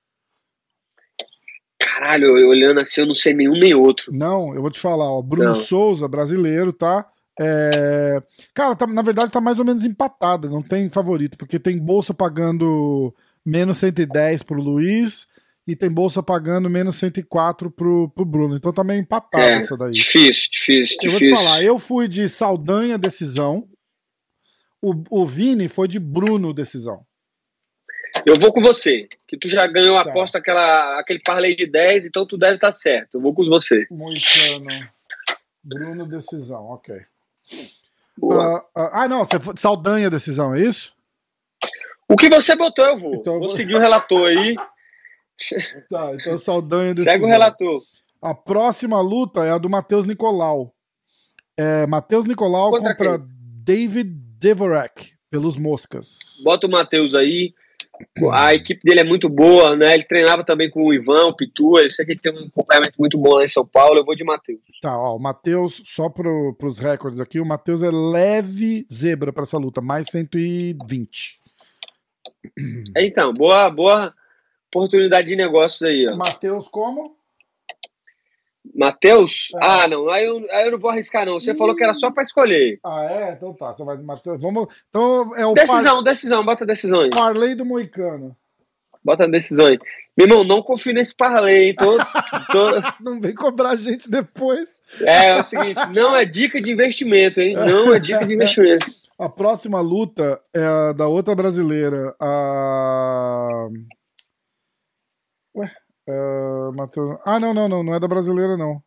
Caralho, eu olhando assim, eu não sei nenhum nem outro. Não, eu vou te falar, ó. Bruno Não. Souza, brasileiro, tá? É... Cara, tá, na verdade tá mais ou menos empatada, não tem favorito, porque tem bolsa pagando menos cento e dez pro Luiz e tem bolsa pagando menos cento e quatro pro, pro Bruno. Então tá meio empatada É, essa daí. difícil, difícil, Eu vou te difícil. falar, eu fui de Saldanha decisão, o, o Vini foi de Bruno decisão. Eu vou com você, que tu já ganhou a Tá. aposta, aquela, aquele parlay de dez, então tu deve estar certo. Eu vou com você. Moicano, Bruno decisão, ok. Boa. Ah, ah, ah, não, você foi de Saldanha decisão, é isso? O que você botou, eu vou. Então eu vou vou- seguir o relator aí. Tá, então Saldanha decisão. Segue o relator. A próxima luta é a do Matheus Nicolau. É Matheus Nicolau Contra contra David Devorak, pelos Moscas. Bota o Matheus aí. A equipe dele é muito boa, né? Ele treinava também com o Ivan, o Pitu. Eu sei que ele tem um acompanhamento muito bom lá em São Paulo. Eu vou de Matheus. Tá, ó, o Matheus, só pro, pros recordes aqui, o Matheus é leve zebra pra essa luta, mais cento e vinte. Então, boa, boa oportunidade de negócios aí, ó. Matheus como? Matheus? É. Ah, não. Aí eu, aí eu não vou arriscar, não. Você Ih. falou que era só pra escolher. Ah, é? Então tá, você vai de Matheus. Vamos. Então é o Decisão, decisão. Bota a decisão aí. par... parlay do Moicano. Bota a decisão aí. Meu irmão, não confio nesse parlay, hein? Tô, tô... Não vem cobrar a gente depois. É, é o seguinte, não é dica de investimento, hein? Não é dica de investimento. A próxima luta é a da outra brasileira, a. Ué? É, Matheus... Ah, não, não, não, não é da brasileira, não.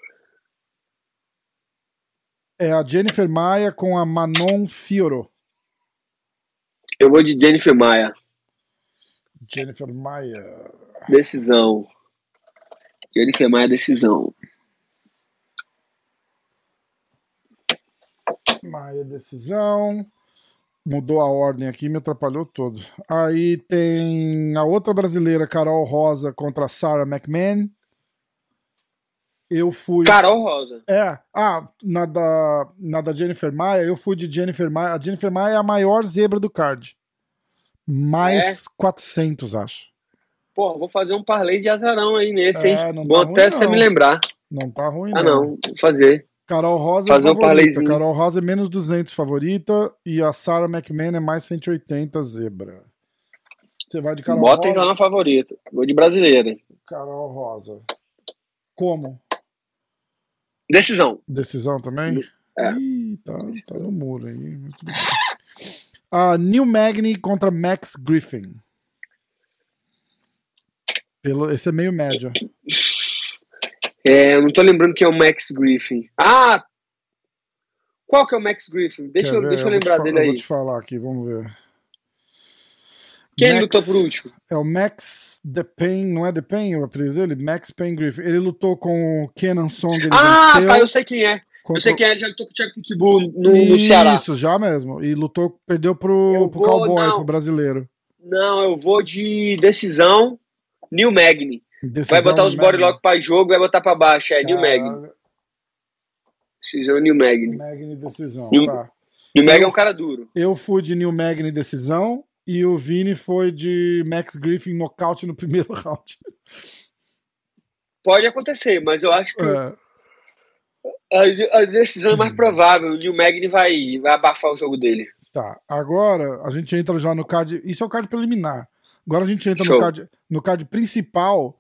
É a Jennifer Maia com a Manon Fiorot. Eu vou de Jennifer Maia. Jennifer Maia. Decisão. Jennifer Maia, decisão. Maia, decisão. Mudou a ordem aqui, me atrapalhou todo. Aí tem a outra brasileira, Carol Rosa, contra a Sarah McMahon. Eu fui. Carol Rosa. É, ah, na da, na da Jennifer Maia, eu fui de Jennifer Maia. A Jennifer Maia é a maior zebra do card. Mais É? quatrocentos, acho. Pô, vou fazer um parlay de azarão aí nesse, É, hein? não Bom tá até ruim, você não. me lembrar. Não tá ruim, Ah, não. não. Vou fazer. Carol Rosa Fazer é um favorita. parlayzinho. Carol Rosa é menos duzentos favorita e a Sarah McMahon é mais cento e oitenta zebra. Você vai de Carol Bota Rosa? então na favorita. Vou de brasileira. Carol Rosa. Como? Decisão. Decisão também? É. Ih, tá, tá no muro aí. Mas tudo bem. A Neil Magny contra Max Griffin. Pelo, esse é meio médio. É, eu não tô lembrando quem é o Max Griffin. Ah! Qual que é o Max Griffin? Deixa eu, deixa eu, eu lembrar dele eu aí. Eu vou te falar aqui, vamos ver. Quem Max, lutou por último? É o Max DePayne, não é DePayne o apelido dele? Max Payne Griffin. Ele lutou com o Kenan Song, ele ah, venceu. tá, eu sei quem é. Contra... Eu sei quem é, ele já lutou com o Chuck Pitbull no, no Ceará. Isso, já mesmo. E lutou, perdeu pro, pro vou, Cowboy, não. pro brasileiro. Não, eu vou de decisão, New Magny. Decisão, vai botar os bodylock pra jogo, vai botar pra baixo, é, Caralho. New Magny. Decisão, New Magny. Magny, decisão, New, tá. New Magny é um cara duro. Eu fui de New Magny, decisão. E o Vini foi de Max Griffin nocaute no primeiro round. Pode acontecer, mas eu acho que é. a, a decisão é mais provável. O New Magny vai, vai abafar o jogo dele. Tá, agora a gente entra já no card. Isso é o card preliminar. Agora a gente entra no card, no card principal.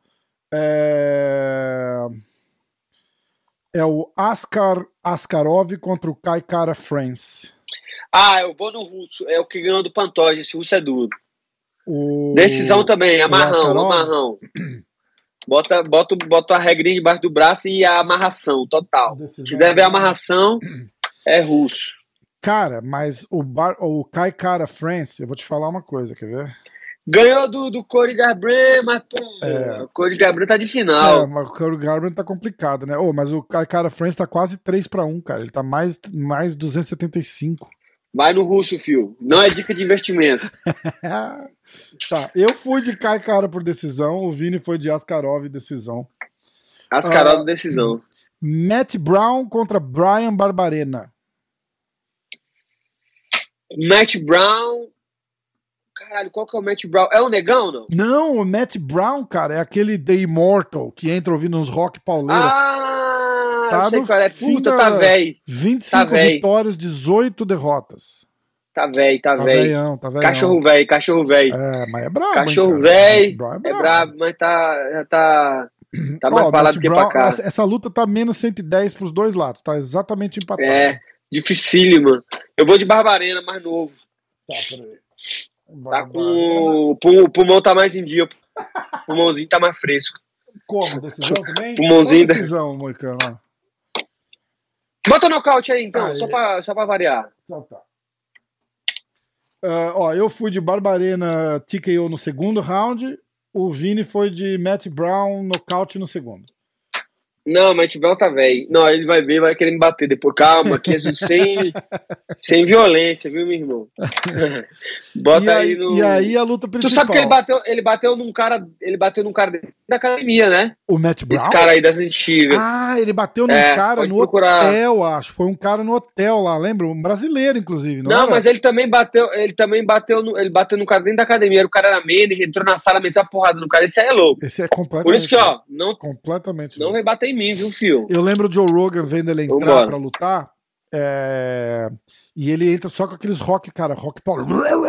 É, é o Askar Askarov contra o Kai Kara France. Ah, eu vou no russo. É o que ganhou do Pantoja. Esse russo é duro. O... Decisão também, amarrão, amarrão. Bota, bota, bota a regrinha debaixo do braço e a amarração, total. Se quiser ver a amarração, é russo. Cara, mas o, bar, o Kai Kara France, eu vou te falar uma coisa, quer ver? Ganhou do, do Cody Garbrandt, mas pô, é. o Cody Garbrandt tá de final. É, mas o Cody Garbrandt tá complicado, né? Oh, mas o Kai Kara France tá quase três para um, cara. Ele tá mais, mais duzentos e setenta e cinco. Vai no russo, fio. Não é dica de investimento. Tá, eu fui de Kai Kara por decisão, o Vini foi de Askarov decisão. Askarov uh, decisão. Matt Brown contra Brian Barbarena. Matt Brown. Caralho, qual que é o Matt Brown? É o negão, não? Não, o Matt Brown, cara, é aquele The Immortal que entra ouvindo uns rock pauleiro. Ah, tá, eu sei qual é. Puta, tá velho. vinte e cinco tá vitórias, dezoito derrotas. Tá velho, tá, tá velho. Tá cachorro velho, cachorro velho. É, mas é brabo. Cachorro velho, é, é brabo, mas tá, já tá, tá mais oh, falado que pra cá. Essa, essa luta tá menos cento e dez pros dois lados, tá exatamente empatado. É, dificílima. Eu vou de Barbarena, mais novo. Tá, peraí. Tá com o pulmão tá mais em dia, o pulmãozinho tá mais fresco. Como? Decisão também? Pulmãozinho. Qual decisão, Moicano? Bota nocaute aí, então, ah, só, é. pra, só pra variar. Então tá. Uh, ó, eu fui de Barbarena T K O no segundo round, o Vini foi de Matt Brown nocaute no segundo. Não, Matt Brown tá velho. Não, ele vai ver, vai querer me bater depois. Calma, aqui é sem, sem violência, viu, meu irmão? Bota e aí, aí no... E aí a luta principal. Tu sabe que ele bateu, ele bateu num cara, ele bateu num cara da academia, né? O Matt Brown? Esse cara aí das antigas. Ah, ele bateu num é, cara no procurar. hotel, acho. Foi um cara no hotel lá, lembra? Um brasileiro, inclusive. Não, não era? Mas ele também bateu, ele também bateu no, ele bateu num cara dentro da academia. O cara era manager, entrou na sala, meteu a porrada no cara. Esse aí é louco. Esse é completamente. Por isso que, ó, não, completamente não louco. vai bater em mim, viu, fio? Eu lembro o Joe Rogan vendo ele entrar Vambora. pra lutar. É... E ele entra só com aqueles rock, cara, rock power.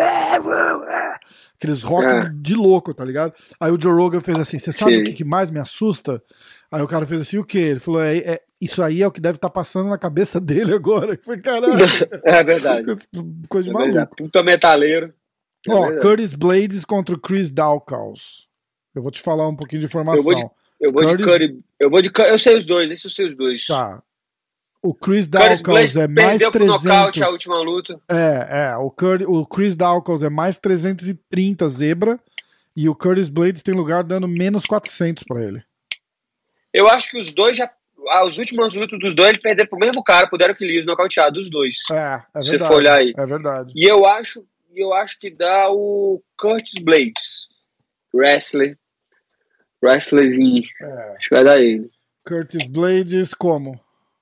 Aqueles rock é. de louco, tá ligado? Aí o Joe Rogan fez assim: você sabe Sim. o que, que mais me assusta? Aí o cara fez assim: o quê? Ele falou: é, é, isso aí é o que deve estar tá passando na cabeça dele agora. E foi caralho. É verdade. Coisa de é maluco. Verdade. Puta metaleiro. É Ó, verdade. Curtis Blades contra o Chris Daukaus. Eu vou te falar um pouquinho de informação. Eu vou de, eu vou Curtis... de Curry. Eu vou de Eu sei os dois, esses eu sei os dois. Tá. O Chris Daukaus é mais perdeu trezentos. Pro nocaute a última luta. É, é. O, Cur... o Chris Daukaus é mais trezentos e trinta zebra e o Curtis Blades tem lugar dando menos quatrocentos pra ele. Eu acho que os dois já. As últimas lutas dos dois eles perderam pro mesmo cara, puderam que Lewis nocautear dos dois. É, é verdade. Se você for olhar aí. É verdade. E eu acho, eu acho que dá o Curtis Blades. Wrestler. Wrestlerzinho. É. Acho que vai dar ele. Curtis Blades como?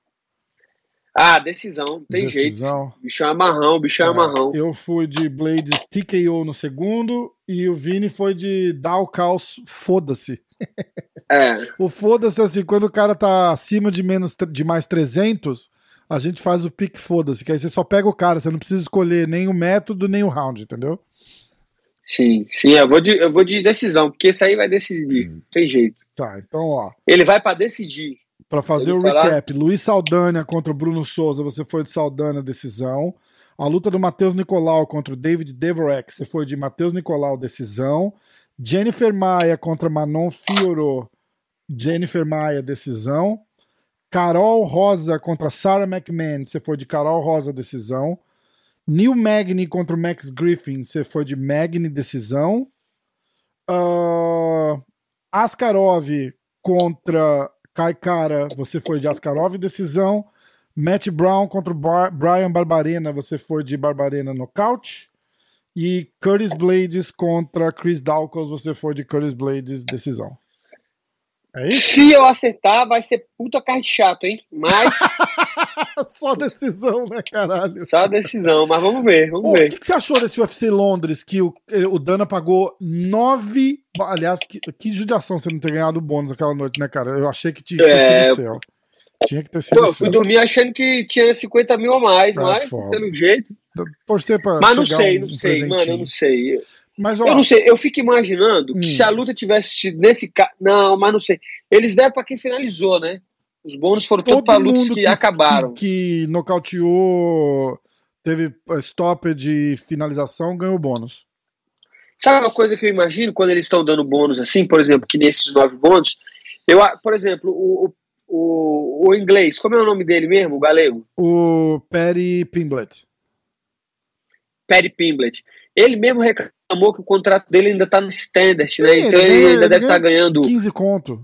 Ah, decisão, tem decisão. jeito. Bichão é amarrão, bichão é amarrão. Eu fui de Blades T K O no segundo e o Vini foi de Daukaus, foda-se. É. O foda-se, assim, quando o cara tá acima de, menos, de mais trezentos, a gente faz o pique foda-se, que aí você só pega o cara, você não precisa escolher nem o método, nem o round, entendeu? Sim, sim, eu vou de, eu vou de decisão, porque esse aí vai decidir, hum. tem jeito. Tá, então ó. Ele vai pra decidir. Pra fazer Ele o recap, lá? Luiz Saldanha contra o Bruno Souza, você foi de Saldanha, decisão. A luta do Matheus Nicolau contra o David Devorek, você foi de Matheus Nicolau, decisão. Jennifer Maia contra Manon Fiorot. Jennifer Maia, decisão. Carol Rosa contra Sarah McMahon. Você foi de Carol Rosa, decisão. Neil Magny contra o Max Griffin. Você foi de Magny, decisão. Uh, Askarov contra Kai Kara. Você foi de Askarov, decisão. Matt Brown contra o Bar- Brian Barbarena. Você foi de Barbarena, nocaute. E Curtis Blades contra Chris Dawkins. Você foi de Curtis Blades, decisão. É isso? Se eu acertar, vai ser puta card chato, hein? Mas. Só decisão, né, caralho? Só decisão, mas vamos ver, vamos Ô, ver. O que, que você achou desse U F C Londres que o, o Dana pagou nove. Aliás, que, que judiação você não ter ganhado o bônus aquela noite, né, cara? Eu achei que tinha que ter É... sido o céu. Tinha que ter sido Pô, o eu fui céu. dormir achando que tinha cinquenta mil a mais, É, mas foda. pelo jeito. Torcer pra Mas não chegar sei, um, não um sei, mano, eu presentinho. não sei. Mas, ó, Eu não sei, eu fico imaginando que Hum. se a luta tivesse sido nesse caso. Não, mas não sei. Eles deram pra quem finalizou, né? Os bônus foram todos todo pra lutas mundo que, acabaram. Que, que nocauteou, teve stopper de finalização, ganhou bônus. Sabe uma coisa que eu imagino quando eles estão dando bônus assim, por exemplo, que nesses nove bônus, eu, por exemplo, o, o, o inglês, como é o nome dele mesmo, o galego? O Perry Pimblett. Paddy Pimblett. Ele mesmo reclamou que o contrato dele ainda tá no standard, Sim, né? Então ele ele, ganha- ainda ele deve estar ganha ganhando. quinze conto.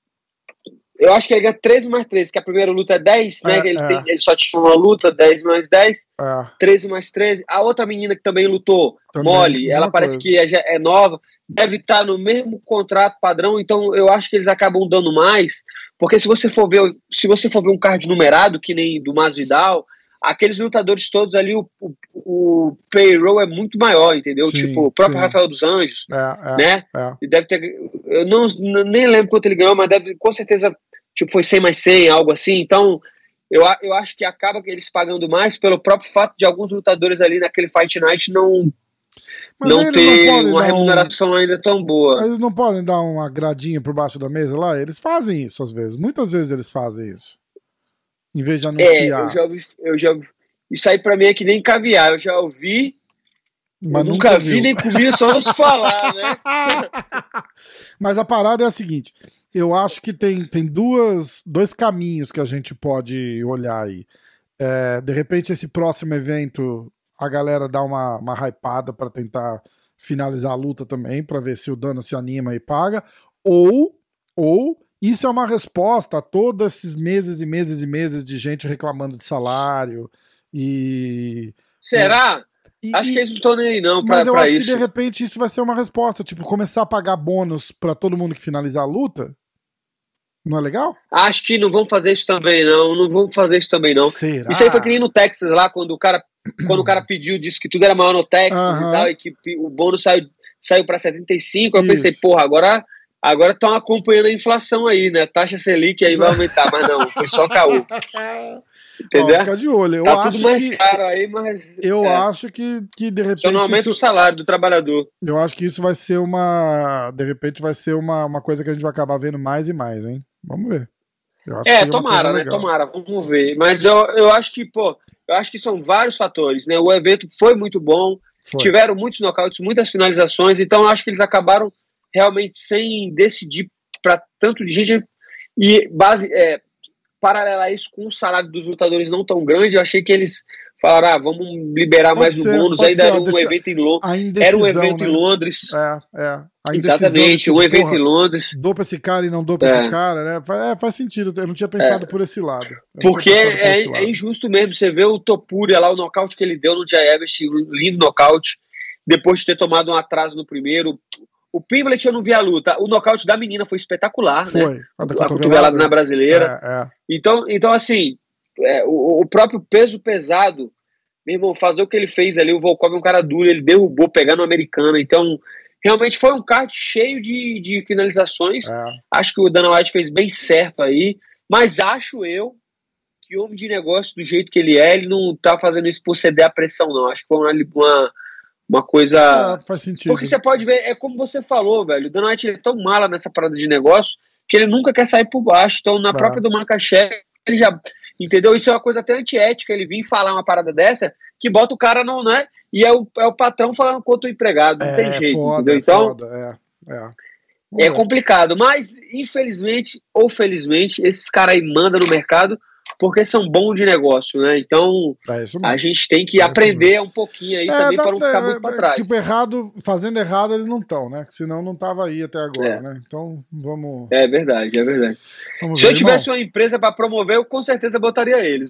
Eu acho que ele ganha treze mais treze, que a primeira luta é dez, né? É, Que ele, é. tem- ele só tinha uma luta, dez mais dez, É, treze mais treze. A outra menina que também lutou, Também, Molly, mesma ela parece coisa. que é, já é nova, deve estar no mesmo contrato padrão, então eu acho que eles acabam dando mais, porque se você for ver, se você for ver um card numerado, que nem do Masvidal, aqueles lutadores todos ali, o, o, o payroll é muito maior, entendeu? Sim, Tipo, o próprio sim. Rafael dos Anjos, é, é, né? é. Ele deve ter. Eu não, n- nem lembro quanto ele ganhou, mas deve, com certeza, tipo, foi cem mais cem, algo assim. Então, eu, a- eu acho que acaba eles pagando mais pelo próprio fato de alguns lutadores ali naquele Fight Night não, Mas não eles ter não podem uma dar um- remuneração ainda tão boa. Eles não podem dar uma gradinha por baixo da mesa lá? Eles fazem isso às vezes. Muitas vezes eles fazem isso. Em vez de É, anunciar. eu já ouvi. Eu já ouvi. Isso aí pra mim é que nem caviar. Eu já ouvi, Mas eu nunca vi viu. nem comi, só nos falar, né? Mas a parada é a seguinte: eu acho que tem, tem duas, dois caminhos que a gente pode olhar aí. É, de repente, esse próximo evento, a galera dá uma, uma hypada pra tentar finalizar a luta também, pra ver se o Dana se anima e paga. Ou, ou isso é uma resposta a todos esses meses e meses e meses de gente reclamando de salário e. Será? e- Acho e- que eles não estão nem aí, não, pra, Mas eu pra acho isso. que de repente isso vai ser uma resposta. Tipo, começar a pagar bônus pra todo mundo que finalizar a luta. Não é legal? Acho que não vão fazer isso também, não. Não vão fazer isso também, não. Será? Isso aí foi que nem no Texas lá, quando o cara, quando o cara pediu, disse que tudo era maior no Texas Aham. e tal, e que o bônus saiu, saiu para setenta e cinco. Eu Isso. pensei, porra, agora agora estão acompanhando a inflação aí, né? Taxa Selic aí vai aumentar, mas não, foi só caô. Entendeu? Ó, fica de olho. Eu Tá acho tudo mais que, caro aí, mas eu é, acho que, que de repente só não aumenta isso, o salário do trabalhador. eu acho que isso vai ser uma, de repente vai ser uma, uma coisa que a gente vai acabar vendo mais e mais, hein? Vamos ver. Eu acho que É, seria uma tomara, coisa né? legal. Tomara, vamos ver. Mas eu, eu acho que, pô, eu acho que são vários fatores, né? O evento foi muito bom, Foi. tiveram muitos nocautes, muitas finalizações, então eu acho que eles acabaram realmente sem decidir para tanto de gente. E base, é, paralelar isso com o salário dos lutadores não tão grande, eu achei que eles falaram, ah, vamos liberar Pode mais ser, o bônus, pode ainda ser, era a um deci- evento em Londres. A Era indecisão, um evento né? em Londres. É, é. A indecisão de, Exatamente, tipo, um evento porra, em Londres. dou pra esse cara e não dou pra É. esse cara, né? Faz, é, faz sentido. Eu não tinha pensado por esse lado. Eu não Porque tinha pensado por é, esse lado. é injusto mesmo. Você vê o Topuria lá, o nocaute que ele deu no Jay Evans, um lindo nocaute, depois de ter tomado um atraso no primeiro. O Pimblett eu não vi a luta. O nocaute da menina foi espetacular, né? Foi. A da A cotovelada na brasileira. É, é. Então, então assim, é, o, o próprio peso pesado, meu irmão, fazer o que ele fez ali, o Volkov é um cara duro, ele derrubou, pegando o americano. Então, realmente foi um card cheio de, de finalizações. É. Acho que o Dana White fez bem certo aí, mas acho eu que homem de negócio do jeito que ele é, ele não tá fazendo isso por ceder à pressão, não. Acho que foi uma, uma, uma coisa... É, faz sentido. Porque você pode ver, é como você falou, velho, o Dana White ele é tão mala nessa parada de negócio que ele nunca quer sair por baixo. Então, na É. própria do Makachev, ele já... Entendeu? Isso é uma coisa até antiética, ele vir falar uma parada dessa, que bota o cara, não, né? E é o, é o patrão falando contra o empregado, não é, tem jeito, foda, entendeu? é Então, foda, é, É, é complicado, mas infelizmente ou felizmente, esses caras aí mandam no mercado porque são bons de negócio, né? Então é a gente tem que é aprender um pouquinho aí é, também tá, para não ficar é, muito para trás. Tipo, errado, fazendo errado eles não estão, né? Senão não tava aí até agora, É. né? Então vamos. É verdade, é verdade. Vamos Se ver, eu tivesse irmão. uma empresa para promover, eu com certeza botaria eles.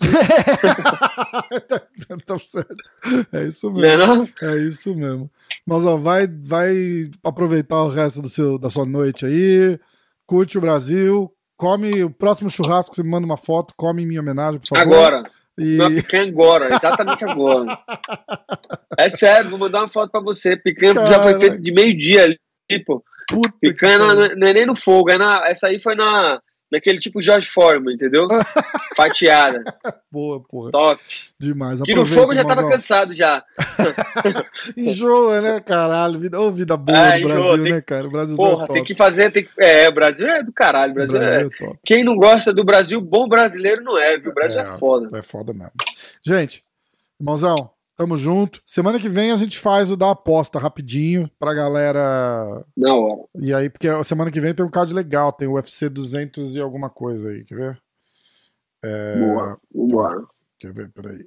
Tá certo. É isso Não é mesmo. não? É isso mesmo. Mas ó, vai, vai aproveitar o resto do seu, da sua noite aí, curte o Brasil, come o próximo churrasco, você me manda uma foto, come em minha homenagem, por favor. Agora. E... Uma picanha agora, exatamente agora. É sério, vou mandar uma foto pra você. Picanha Cara... já foi feita de meio-dia ali, pô. Puta picanha não, não é nem no fogo, é na, essa aí foi na, naquele tipo George Foreman, entendeu? Fatiada. Boa, porra. Top. Demais. Que no fogo eu já tava cansado já. Enjoa, né, caralho? Vida, oh, vida boa é, do Brasil, enjoa, né, cara? O Brasil porra, é top. tem que fazer, tem que... É, o Brasil é do caralho. O Brasil, o Brasil é... é top. Quem não gosta do Brasil, bom brasileiro não é, viu? O Brasil é, é foda. É foda mesmo. Gente, irmãozão, tamo junto. Semana que vem a gente faz o da aposta rapidinho pra galera. Na hora. E aí, porque a semana que vem tem um card legal, tem o U F C duzentos e alguma coisa aí, quer ver? É... Boa, boa. Quer ver, peraí.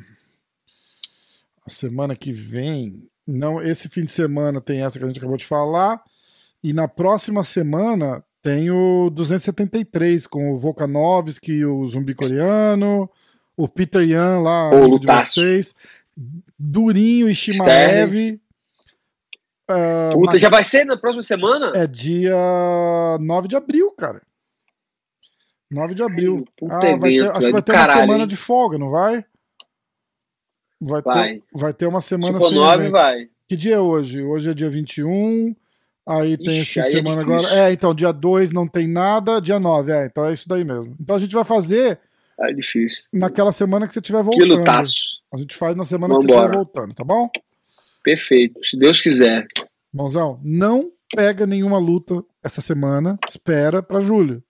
A semana que vem, não, esse fim de semana tem essa que a gente acabou de falar, e na próxima semana tem o duzentos e setenta e três com o Volkanovski, o zumbi coreano, o Peter Yan lá, amigo de vocês, Durinho e Shimaev. Uh, Puta, mas... já vai ser na próxima semana? É dia nove de abril, cara. nove de abril. Ai, ah, vai ter, acho que vai ter caralho, uma semana hein? de folga, não vai? Vai, vai. Ter, vai ter uma semana sem nove vai. Que dia é hoje? Hoje é dia vinte e um. Aí tem Ixi, esse fim de semana é agora. É, então, dia dois não tem nada, dia nove, é, então é isso daí mesmo. Então a gente vai fazer. É difícil. Naquela semana que você estiver voltando. Que lutaço. A gente faz na semana Vambora. que você estiver voltando, tá bom? Perfeito, se Deus quiser. Mãozão, não pega nenhuma luta essa semana, espera pra julho.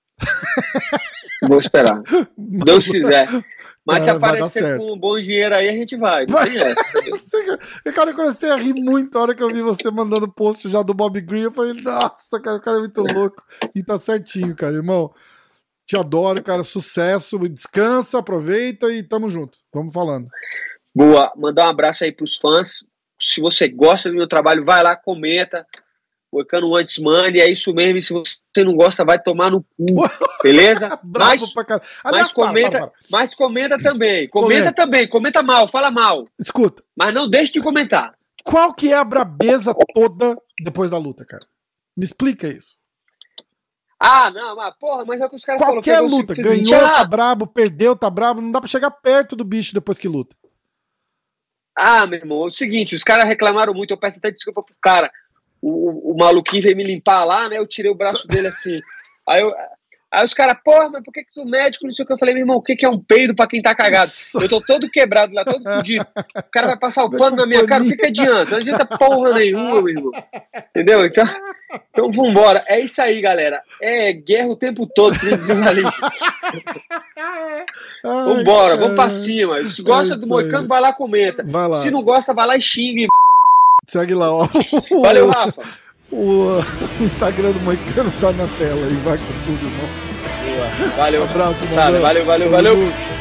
Vou esperar. Deus quiser. Mas é, se aparecer com um bom dinheiro aí, a gente vai. Não tem essa. Cara, eu comecei a rir muito a hora que eu vi você mandando post já do Bob Green. Eu falei, nossa, cara, o cara é muito louco. E tá certinho, cara, irmão. Te adoro, cara. Sucesso. Descansa, aproveita e tamo junto. Vamos falando. Boa. Mandar um abraço aí pros fãs. Se você gosta do meu trabalho, vai lá, comenta. Moicano Antes Money, é isso mesmo. E se você não gosta, vai tomar no cu. Beleza? Bravo mas, pra caralho. Aliás, mas, comenta, para, para, para. mas comenta também. Comenta, comenta também. Comenta mal, fala mal. Escuta. Mas não deixe de comentar. Qual que é a brabeza toda depois da luta, cara? Me explica isso. Ah, não, mas porra, mas é o que os caras falam. Qualquer luta. Ganhou, ah, tá brabo, perdeu, tá brabo. Não dá pra chegar perto do bicho depois que luta. Ah, meu irmão, é o seguinte, os caras reclamaram muito, eu peço até desculpa pro cara. O, o, o maluquinho veio me limpar lá, né? Eu tirei o braço dele assim. Aí, eu, aí os caras, porra, mas por que que tu médico, não sei o que? Eu falei, meu irmão, o que que é um peido pra quem tá cagado? Eu tô todo quebrado lá, todo fudido. O cara vai passar o pano na minha cara, o que que adianta? Não adianta porra nenhuma, meu irmão. Entendeu? Então, então vambora. É isso aí, galera. É guerra o tempo todo, vambora, vamos pra cima. Se gosta é do Moicano, vai lá, comenta. Vai lá. Se não gosta, vai lá e xingue. Segue lá, ó. Valeu, Rafa. O, o Instagram do Moicano tá na tela e vai com tudo, irmão. Valeu. Um abraço, valeu, valeu, valeu, valeu.